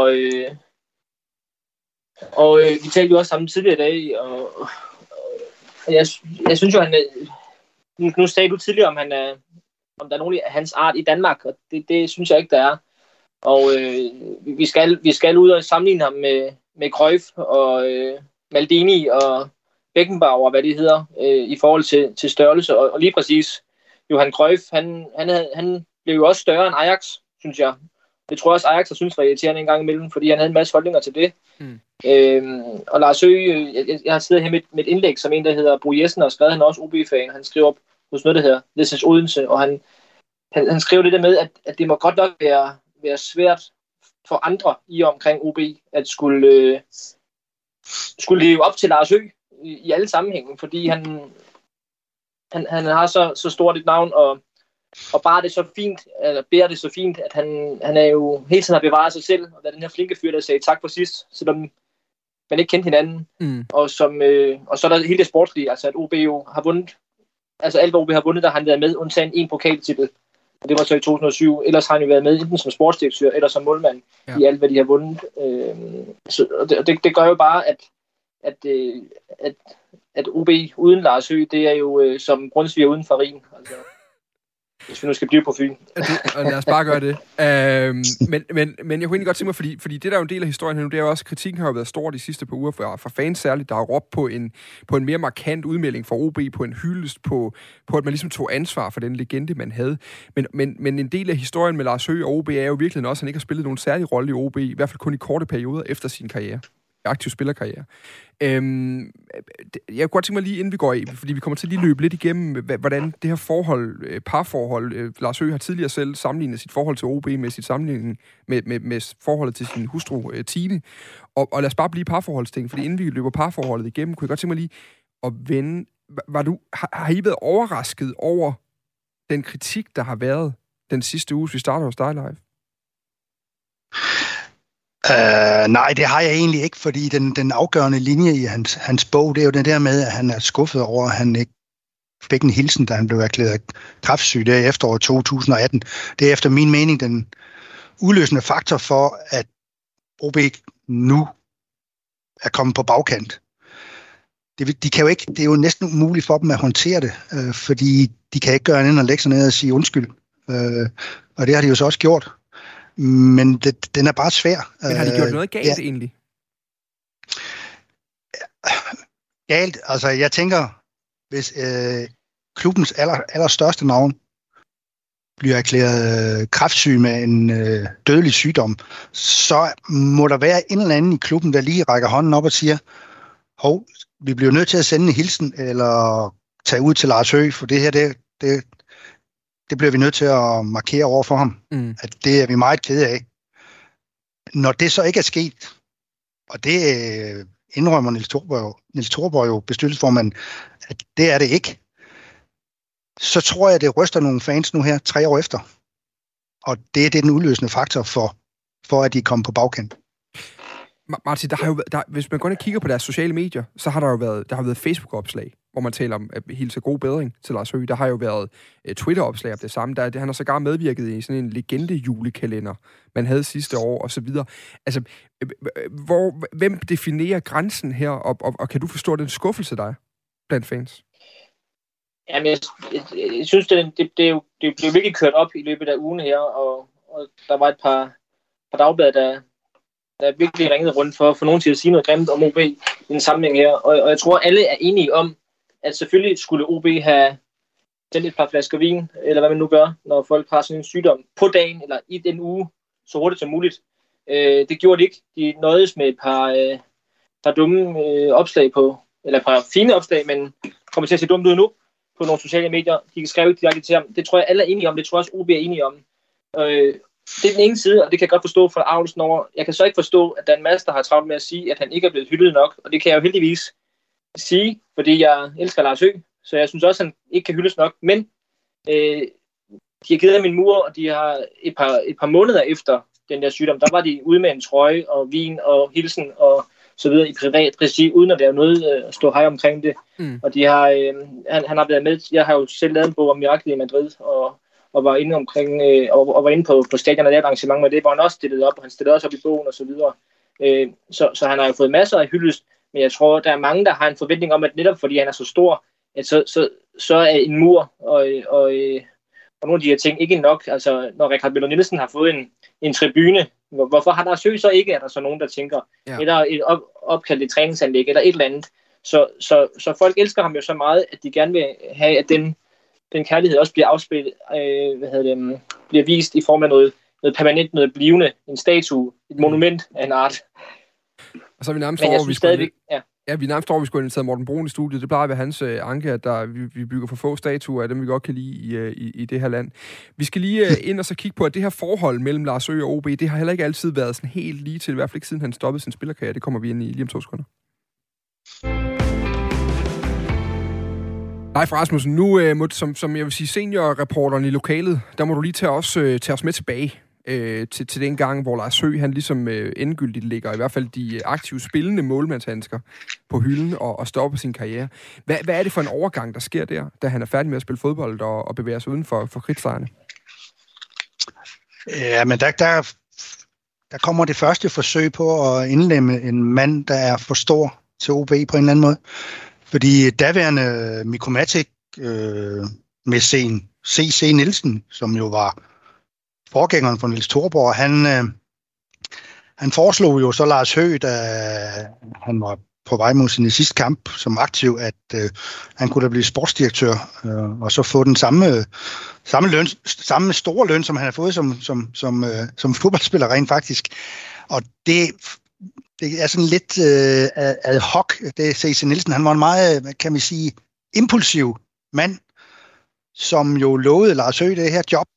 og vi talte jo også sammen tidligere i dag, og jeg synes jo, nu sagde du tidligere, om der er nogen af hans art i Danmark, og det synes jeg ikke, der er. Og vi skal ud og sammenligne ham med Cruyff og Maldini og Beckenbauer, hvad det hedder, i forhold til størrelse. Og lige præcis, Johan Cruyff, han blev jo også større end Ajax, synes jeg. Det tror jeg også, Ajax har syntes var irriterende en gang imellem, fordi han havde en masse holdninger til det. Og Lars Høgh, jeg har siddet her med et indlæg, som en, der hedder Bo Jessen, og skrevet, han er også OB-fan. Han skriver op hos noget, der hedder This is Odense, og han skriver det der med, at det må godt nok være svært for andre i og omkring OB, at skulle leve op til Lars Høgh i alle sammenhænge, fordi han har så stort et navn, og bare det så fint, eller bærer det så fint, at han er jo hele tiden har bevaret sig selv, og der er den her flinke fyr, der sagde tak for sidst, selvom man ikke kendte hinanden, og så er der hele det sportslige, altså at OB jo har vundet, altså alt hvad OB har vundet, der har han været med, undtagen en pokaltitel, og det var så i 2007, ellers har han jo været med, enten som sportsdirektør, eller som målmand, i alt hvad de har vundet, det gør jo bare, at OB uden Lars Høgh, det er jo som Brunsviger uden farin, altså. Hvis vi nu skal blive på Fyn. Og lad os bare gøre det. Men jeg kunne egentlig godt tænke mig, fordi det der er jo en del af historien her nu, det er jo også, kritikken har jo været stor de sidste par uger fra fans særligt, der har råbt på en mere markant udmelding fra OB, på en hyldest, på at man ligesom tog ansvar for den legende, man havde. Men en del af historien med Lars Høgh og OB er jo virkelig også, at han ikke har spillet nogen særlig rolle i OB, i hvert fald kun i korte perioder efter sin karriere. Aktiv spillerkarriere. Jeg kunne godt tænke mig lige, inden vi går i, fordi vi kommer til at lige løbe lidt igennem, hvordan det her parforhold, Lars Høgh har tidligere selv sammenlignet sit forhold til OB med sit sammenligning med forholdet til sin hustru, Tine. Og lad os bare blive parforholdsting, fordi inden vi løber parforholdet igennem, kunne jeg godt tænke mig lige at vende, har I været overrasket over den kritik, der har været den sidste uge, vi starter hos dig live? Nej, det har jeg egentlig ikke, fordi den afgørende linje i hans bog, det er jo den der med, at han er skuffet over, at han ikke fik en hilsen, da han blev erklæret kræftsyg der i efteråret 2018. Det er efter min mening den udløsende faktor for, at OB nu er kommet på bagkant. De kan jo ikke, det er jo næsten umuligt for dem at håndtere det, fordi de kan ikke gøre andet end at lægge sig ned og sige undskyld. Og det har de jo så også gjort. Men den er bare svær. Men har de gjort noget galt egentlig? Galt? Altså, jeg tænker, hvis klubbens allerstørste navn bliver erklæret kræftsyg med en dødelig sygdom, så må der være en eller anden i klubben, der lige rækker hånden op og siger, hov, vi bliver nødt til at sende en hilsen, eller tage ud til Lars Høgh, for det her, det bliver vi nødt til at markere over for ham. At det er vi meget kede af. Når det så ikke er sket, og det indrømmer Niels Thorborg jo, bestyrelsesformand, at det er det ikke, så tror jeg, det ryster nogle fans nu her 3 år efter. Og det er den udløsende faktor for at de kommer på bagkant. Martin, hvis man går ind og kigger på deres sociale medier, så har der jo været Facebook-opslag, hvor man taler om at hilse god bedring til Lars Høgh. Der har jo været Twitter-opslag om det samme. Han har sågar medvirket i sådan en legende-julekalender, man havde sidste år, og så videre. Altså, hvem definerer grænsen her, og kan du forstå den skuffelse, der er blandt fans? Jamen, jeg synes, det blev virkelig kørt op i løbet af ugen her, og der var et par dagblade, der virkelig ringede rundt for nogen til at sige noget grimt om OB i en sammenhæng her. Og jeg tror, alle er enige om, at selvfølgelig skulle OB have sendt et par flasker vin, eller hvad man nu gør, når folk har sådan en sygdom, på dagen eller i den uge, så hurtigt som muligt. Det gjorde de ikke. De nøjedes med et par dumme opslag eller et par fine opslag, men kommer til at se dumt ud nu på nogle sociale medier. De kan skrive direkte til ham. Det tror jeg, alle er enige om. Det tror jeg også, OB er enige om. Det er den ene side, og det kan jeg godt forstå fra avlsen over. Jeg kan så ikke forstå, at der er en masse, der har travlt med at sige, at han ikke er blevet hyldet nok. Og det kan jeg jo heldigvis sige, fordi jeg elsker Lars Høgh. Så jeg synes også, at han ikke kan hyldes nok. Men de har givet ham en mur, og de har et par måneder efter den der sygdom, der var de ude med en trøje og vin og hilsen og så videre i privat regi, uden at lave noget at stå hej omkring det. Og de har, han har været med. Jeg har jo selv lavet en bog om miraklet i Madrid, og var inde omkring og var inde på stadion og lavede arrangement med det, hvor han også stillede op, og han stillede også op i bogen og så videre. Så han har jo fået masser af hyldest, men jeg tror, der er mange, der har en forventning om, at netop fordi han er så stor, at så er en mur og nogle af de her ting ikke nok. Altså, når Richard Møller Nielsen har fået en tribune, hvorfor har der så ikke, er der så nogen, der tænker, eller et opkaldt et træningsanlæg, eller et eller andet. Så folk elsker ham jo så meget, at de gerne vil have, at den kærlighed også bliver afspillet, bliver vist i form af noget permanent, noget blivende, en statue, et monument af en art. Og så er vi nærmest over, vi nærmest over, vi skulle invitere Morten Brun i studiet. Det plejer at være hans anke, at vi bygger for få statuer af dem, vi godt kan lide i det her land. Vi skal lige ind og så kigge på, at det her forhold mellem Lars Høgh og OB, det har heller ikke altid været sådan helt lige til, i hvert fald ikke siden han stoppede sin spillerkarriere. Det kommer vi ind i lige om 2 sekunder. Nej, Rasmussen, nu som jeg vil sige seniorreporteren i lokalet, der må du lige tage os med tilbage til den gang, hvor Lars Høgh, han ligesom endegyldigt ligger i hvert fald de aktive spillende målmandshandsker på hylden og stopper sin karriere. Hvad er det for en overgang, der sker der, da han er færdig med at spille fodbold og bevæger sig uden for kridtstregerne? Ja, men der kommer det første forsøg på at indlemme en mand, der er for stor til OB på en eller anden måde. Fordi daværende Mikomatic med C.C. Nielsen, som jo var forgængeren for Niels Thorborg, han foreslog jo så Lars Høgh, da han var på vej mod sin sidste kamp som aktiv, at han kunne da blive sportsdirektør og så få den samme store løn, som han har fået som fodboldspiller rent faktisk. Og det er sådan lidt ad hoc. Det C.C. Nielsen, han var en meget, kan vi sige, impulsiv mand, som jo lovede Lars Høgh det her job,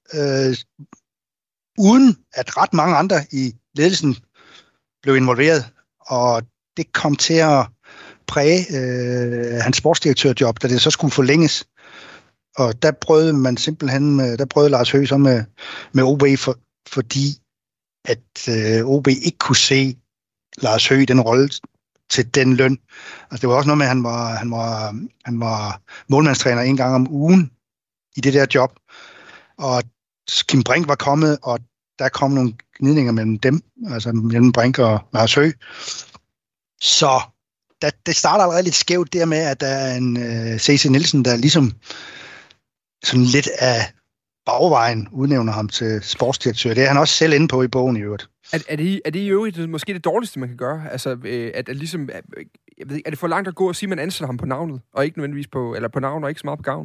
uden at ret mange andre i ledelsen blev involveret. Og det kom til at præge hans sportsdirektørjob, da det så skulle forlænges. Og der prøvede man simpelthen, Lars Høgh så med OB, fordi at OB ikke kunne se Lars Høgh den rolle til den løn. Altså det var også noget med, at han var målmandstræner 1 gang om ugen i det der job. Og Kim Brink var kommet, og der kom nogle gnidninger mellem dem, altså mellem Brink og Lars Høgh. Så det starter allerede lidt skævt der med, at der er en C.C. Nielsen, der ligesom sådan lidt af bagvejen udnævner ham til sportsdirektør. Det er han også selv inde på i bogen i øvrigt. Er det i øvrigt måske det dårligste, man kan gøre? Altså, at ligesom, jeg ved ikke, er det for langt at gå og sige, at man ansætter ham på navnet, og ikke nødvendigvis på navnet, og ikke så meget på gavn?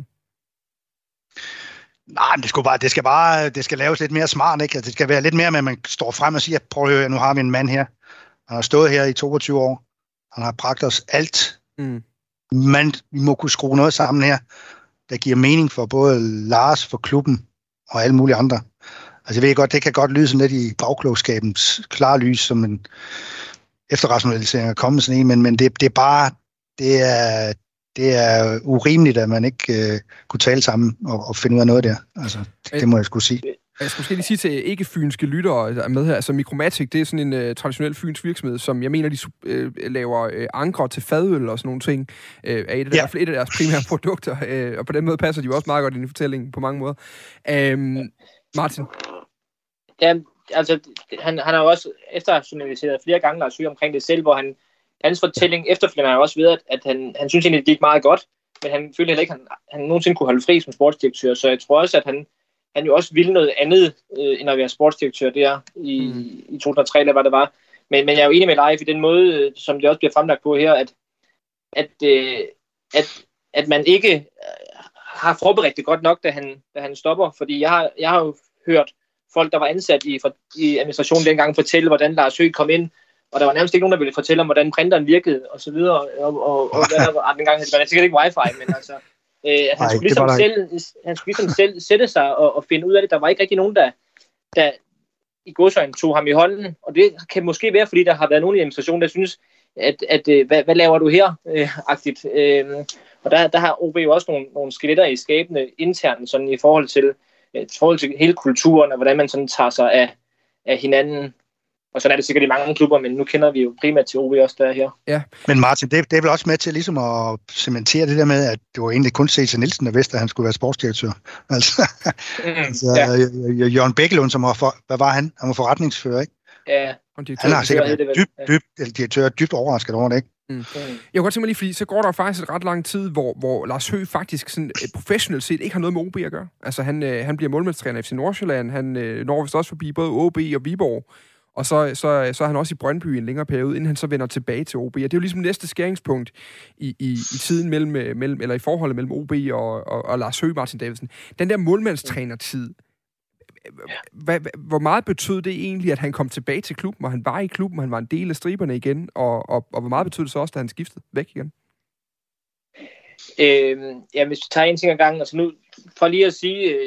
Nej, men det skal laves lidt mere smart, ikke? Det skal være lidt mere med, at man står frem og siger, prøv at høre, nu har vi en mand her. Han har stået her i 22 år. Han har bragt os alt. Men vi må kunne skrue noget sammen her. der giver mening for både Lars, for klubben og alle mulige andre. Altså jeg ved godt, det kan godt lyde sådan lidt i bagklogskabens klare lys, som en efterrationalisering er kommet sådan en, men det er bare, det er urimeligt, at man ikke kunne tale sammen og finde ud af noget der. Altså, det må jeg skulle sige. Jeg skal måske lige sige til ikke-fynske lyttere, der er med her, altså Micromatic, det er sådan en traditionel fynsk virksomhed, som jeg mener, de laver ankre til fadøl og sådan nogle ting, er et af deres primære produkter, og på den måde passer de jo også meget godt ind i fortællingen på mange måder. Martin? Ja, altså, han har jo også efterjournaliseret flere gange Lars Høgh omkring det selv, hvor hans fortælling efterfølgende har også ved, at han synes egentlig, det gik meget godt, men han følte heller ikke, at han nogensinde kunne holde fri som sportsdirektør, så jeg tror også, at han jo også ville noget andet, end at være sportsdirektør der i 2003, eller hvad det var. Men jeg er jo enig med dig i den måde, som det også bliver fremlagt på her, at man ikke har forberedt det godt nok, da han stopper. Fordi jeg har jo hørt folk, der var ansat i administrationen dengang, fortælle, hvordan Lars Høgh kom ind, og der var nærmest ikke nogen, der ville fortælle om, hvordan printeren virkede, og så videre. Og hvad der var dengang, det var sikkert ikke wifi, men altså... han skulle ligesom selv sætte sig og finde ud af det. Der var ikke rigtig nogen, der i godsøjne tog ham i hånden. Og det kan måske være, fordi der har været nogen i administrationen, der synes, at hvad laver du her? Agtigt. Og der har OB jo også nogle skeletter i skabene internt, sådan i forhold til hele kulturen, og hvordan man sådan tager sig af hinanden. Og sådan er det sikkert i mange klubber, men nu kender vi jo primært til OB også der her. Ja. Men Martin, det er vel også med til ligesom at cementere det der med, at det var egentlig kun C.C. Nielsen, der vidste, at han skulle være sportsdirektør. Jørgen Bækkelund, hvad var han? Han var forretningsfører, ikke? Ja. Han har sikkert været dybt overrasket over det, ikke? Jeg kunne godt tænke mig lige, fordi så går der faktisk et ret lang tid, hvor Lars Høgh faktisk sådan, professionelt set ikke har noget med OB at gøre. Altså han bliver målmandstræner i FC Nordsjælland, han når vist også forbi både OB og Viborg. Og så er han også i Brøndby en længere periode, inden han så vender tilbage til OB. Og det er jo ligesom næste skæringspunkt i tiden mellem eller i forholdet mellem OB og Lars Høgh, Martin Davidsen. Den der målmandstrænertid, hvor meget betød det egentlig, at han kom tilbage til klubben, og han var i klubben, han var en del af striberne igen, og hvor meget betød det så også, da han skiftede væk igen? Hvis vi tager en ting ad gangen, altså nu, for lige at sige,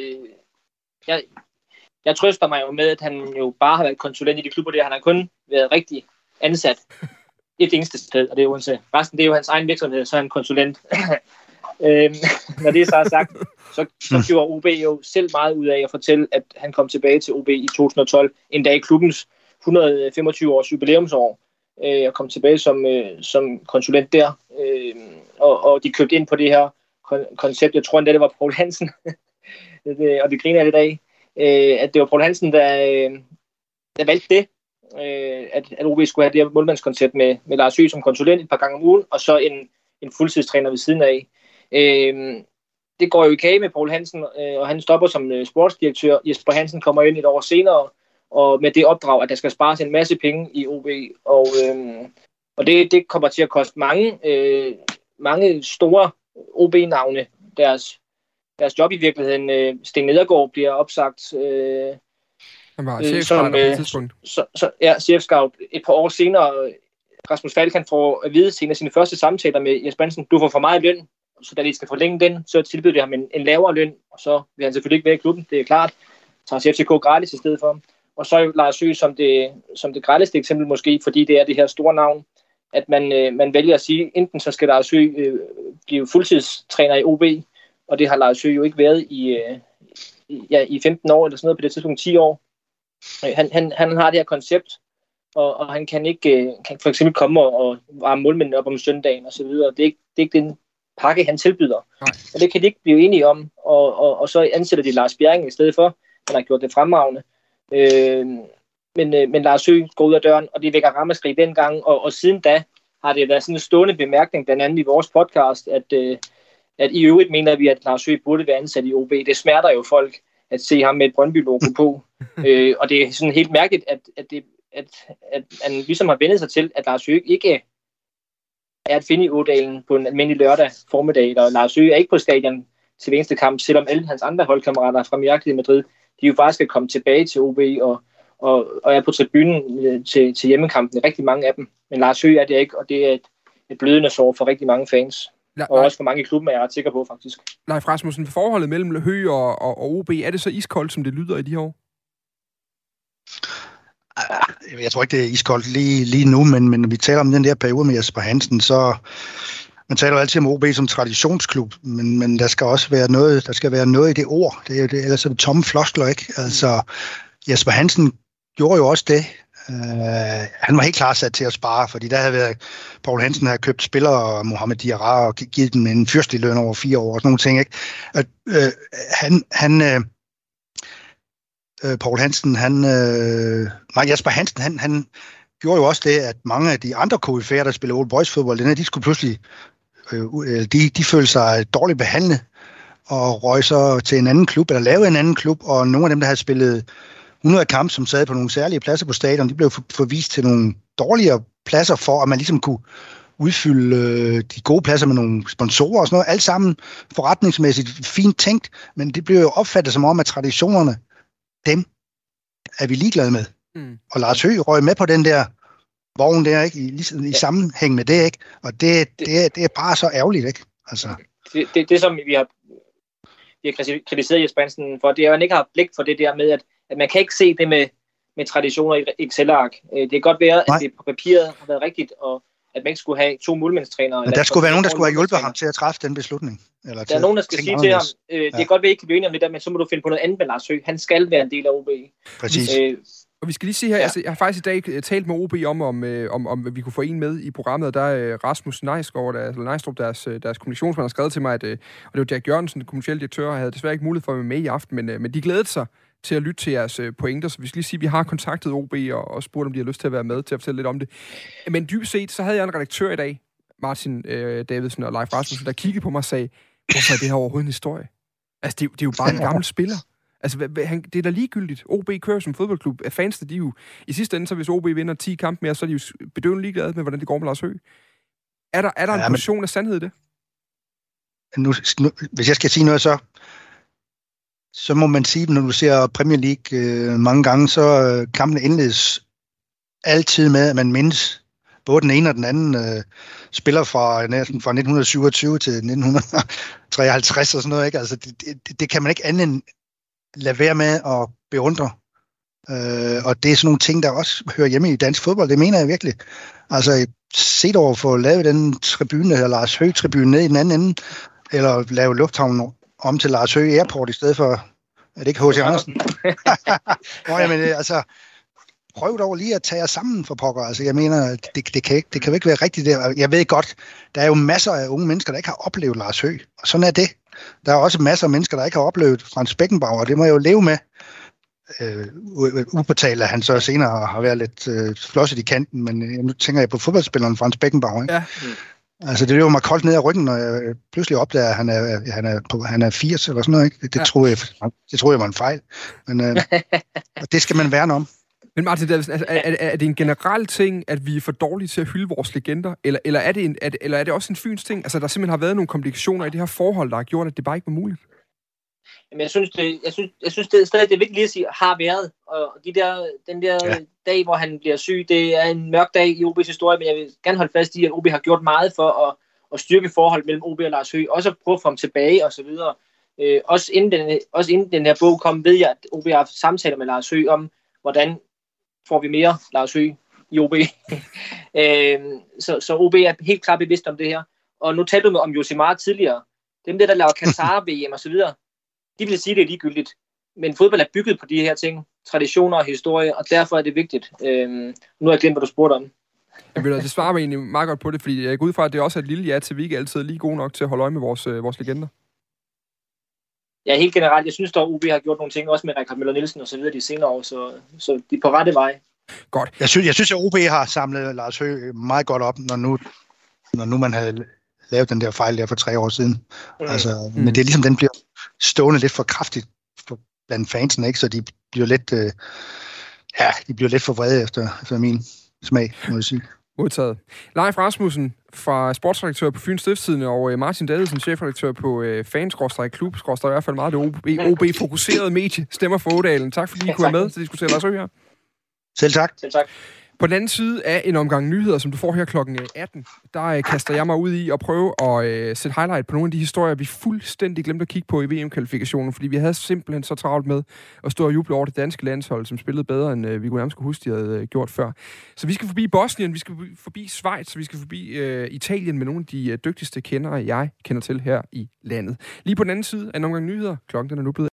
jeg trøster mig jo med, at han jo bare har været konsulent i de klubber der. Han har kun været rigtig ansat et eneste sted, og det er jo resten, det er jo hans egen virksomhed, så er han konsulent. Når det så er sagt, så gjorde OB jo selv meget ud af at fortælle, at han kom tilbage til OB i 2012, en dag i klubbens 125 års jubilæumsår, og kom tilbage som konsulent der. Og de købte ind på det her koncept. Jeg tror endda, det var Poul Hansen, og det griner jeg lidt af. At det var Poul Hansen, der valgte det, at OB skulle have det her målmandskoncept med Lars Høgh som konsulent et par gange om ugen, og så en fuldtidstræner ved siden af. Det går jo i kage med Poul Hansen, og han stopper som sportsdirektør. Jesper Hansen kommer ind et år senere, og med det opdrag, at der skal spares en masse penge i OB, og det kommer til at koste mange store OB-navne deres job i virkeligheden. Sten Nedergaard bliver opsagt. Han var chefscout på et tidspunkt. Chefscout. Et par år senere, Rasmus Falk, han får at vide til sine første samtaler med Jesper Hansen, du får for meget løn, så da de skal forlænge den, så tilbyder de ham en lavere løn, og så vil han selvfølgelig ikke være i klubben, det er klart. Tager til FCK gratis i stedet for ham. Og så er Lars Høgh som det grelleste eksempel måske, fordi det er det her store navn, at man vælger at sige, enten så skal Lars Høgh blive fuldtidstræner i OB, og det har Lars Høgh jo ikke været i 15 år, eller sådan noget, på det tidspunkt 10 år. Han har det her koncept, og han kan ikke kan for eksempel komme og varme målmændene op om søndagen og så videre. Det er ikke den pakke, han tilbyder. Nej. Og det kan de ikke blive enige om, og så ansætter de Lars Bjerring i stedet for. Han har gjort det fremragende. Men Lars Høgh går ud af døren, og det vækker ramaskrig dengang, og siden da har det været sådan en stående bemærkning, blandt andet i vores podcast, at i øvrigt mener vi, at Lars Høgh burde være ansat i OB. Det smerter jo folk at se ham med et Brøndby-logo på. Og det er sådan helt mærkeligt, at han ligesom har vendt sig til, at Lars Høgh ikke er at finde i Ådalen på en almindelig lørdag formiddag. Og Lars Høgh er ikke på stadion til hver eneste kamp, selvom alle hans andre holdkammerater fra Mirakel i Madrid, de jo faktisk skal komme tilbage til OB og er på tribunen til hjemmekampen. Rigtig mange af dem. Men Lars Høgh er det ikke, og det er et blødende sår for rigtig mange fans. Og også for mange i klubben er jeg ret sikker på, faktisk. Leif Rasmussen, forholdet mellem Høgh og OB, er det så iskoldt, som det lyder i de her år? Jeg tror ikke, det er iskoldt lige nu, men når vi taler om den der periode med Jesper Hansen, så man taler jo altid om OB som traditionsklub, men der skal også være noget i det ord. Det er jo det, ellers er det tomme floskler, ikke? Altså, Jesper Hansen gjorde jo også det. Han var helt klart sat til at spare, fordi der havde været Poul Hansen havde købt spillere, Mohamed Diarra, og givet dem en fyrstelig løn over 4 år og sådan nogle ting, ikke? Jesper Hansen, han gjorde jo også det, at mange af de andre KF'er, der spiller Old Boys fodbold, de skulle pludselig, de følte sig dårligt behandlet, og røg så til en anden klub, eller lavede en anden klub, og nogle af dem, der havde spillet 100 kampe, som sad på nogle særlige pladser på stadion, de blev forvist til nogle dårligere pladser, for at man ligesom kunne udfylde de gode pladser med nogle sponsorer og sådan noget. Alt sammen forretningsmæssigt fint tænkt, men det blev jo opfattet som om, at traditionerne, dem er vi ligeglade med. Og Lars Høgh røg med på den der vogn der, ikke? I sammenhæng med det, ikke? Og det er bare så ærgerligt, ikke? Altså. Det som vi har kritiseret Jesper Hansen for, det er, at han ikke har blik for det der med, at man kan ikke se det med traditioner i Excel-ark. Det kan godt være, at det på papiret har været rigtigt, og at man ikke skulle have 2 målmandstrænere. Men der skulle være nogen, der skulle have hjulpet ham til at træffe den beslutning. Eller der er nogen, der skal sige til ham, det kan godt være, at I ikke kan blive enige om det der, men så må du finde på noget andet med Lars Høgh. Han skal være en del af OB. Præcis. Og vi skal lige sige her, altså, jeg har faktisk i dag talt med OB om vi kunne få en med i programmet, og der er Rasmus Nejstrup, deres kommunikationsmand, har skrevet til mig, og det var Jack Jørgensen, kommercielle direktør, havde desværre ikke mulighed for at være med i aften, men de glædede sig til at lytte til jeres pointer, så vi skal lige sige, at vi har kontaktet OB og spurgt, om de har lyst til at være med til at fortælle lidt om det. Men dybest set, så havde jeg en redaktør i dag, Martin Davidsen og Leif Rasmussen, der kiggede på mig og sagde, hvorfor er det her overhovedet en historie? Altså, det er jo bare en gammel spiller. Altså, det er da ligegyldigt. OB kører som fodboldklub. Fansene, de jo i sidste ende, så hvis OB vinder 10 kampe mere, så er de jo bedøvende ligeglade med, hvordan det går med Lars Høgh. Er der en portion af sandhed i det? Nu, hvis jeg skal sige noget, så må man sige, når du ser Premier League mange gange, så kampene indledes altid med, at man mindes både den ene og den anden spiller fra 1927 til 1953 og sådan noget, ikke? Altså, det kan man ikke andet end lade være med at beundre. Og det er sådan nogle ting, der også hører hjemme i dansk fodbold. Det mener jeg virkelig. Altså, set over for at lave den tribune, eller Lars Høgh-tribune ned i den anden ende, eller lave lufthavnen om til Lars Høgh Airport i stedet for, er det ikke H.C. Andersen? Altså, prøv dog lige at tage jer sammen for pokker. Altså, jeg mener, det kan jo ikke være rigtigt der. Jeg ved godt, der er jo masser af unge mennesker, der ikke har oplevet Lars Høgh. Og sådan er det. Der er også masser af mennesker, der ikke har oplevet Frans Beckenbauer, og det må jeg jo leve med. Upåtalt, at han så senere har været lidt flosset i kanten, men nu tænker jeg på fodboldspilleren Frans Beckenbauer, ikke? Ja. Altså, det løber mig koldt ned ad ryggen, når jeg pludselig opdager, at han er 80 eller sådan noget, ikke? Det troede jeg var en fejl. Men og det skal man værne om. Men Martin Davidsen, altså, er det en generel ting, at vi er for dårlige til at hylde vores legender? Eller er det også en fyns ting? Altså, der simpelthen har været nogle komplikationer i det her forhold, der har gjort, at det bare ikke var muligt? Jamen, jeg synes det er stadig det er vigtigt lige at sige, har været. Og den der dag, hvor han bliver syg, det er en mørk dag i OB's historie, men jeg vil gerne holde fast i, at OB har gjort meget for at styrke forholdet mellem OB og Lars Høgh, også at prøve at få ham tilbage og så videre. Også inden den her bog kom, ved jeg, at OB har haft samtaler med Lars Høgh om, hvordan får vi mere Lars Høgh i OB. Så OB er helt klart bevidst om det her. Og nu talte du om Josimar tidligere. Dem der laver Qatar-VM og så videre, de vil sige, det er ligegyldigt. Men fodbold er bygget på de her ting. Traditioner og historie, og derfor er det vigtigt. Nu har jeg glemt, hvad du spurgte om. Det svarer mig egentlig meget godt på det, fordi jeg går ud fra, at det også er et lille ja til, vi ikke altid er lige gode nok til at holde øje med vores legender. Ja, helt generelt. Jeg synes dog, at OB har gjort nogle ting, også med Rikard Møller Nielsen og så videre de senere år, så de er på rette vej. Godt. Jeg synes, at OB har samlet Lars Høgh meget godt op, når nu man havde lavet den der fejl der for 3 år siden. Altså, men det er ligesom, den bliver stående lidt for kraftigt blandt fansen, ikke? Så de bliver lidt for vrede efter min smag, må jeg sige. Modtaget. Leif Rasmussen fra sportsredaktør på Fyns Stiftstidende og Martin Davidsen, chefredaktør på Fans-klub, i hvert fald meget det OB-fokuserede medie, Stemmer for Ådalen. Tak fordi I kunne være med til at diskutere Lars Høgh her. Selv tak. På den anden side af en omgang nyheder, som du får her klokken 18, der kaster jeg mig ud i at prøve at sætte highlight på nogle af de historier, vi fuldstændig glemte at kigge på i VM-kvalifikationen, fordi vi havde simpelthen så travlt med at stå og juble over det danske landshold, som spillede bedre, end vi kunne nærmest huske, de havde gjort før. Så vi skal forbi Bosnien, vi skal forbi Schweiz, vi skal forbi Italien med nogle af de dygtigste kendere, jeg kender til her i landet. Lige på den anden side af en omgang nyheder, klokken er nu blevet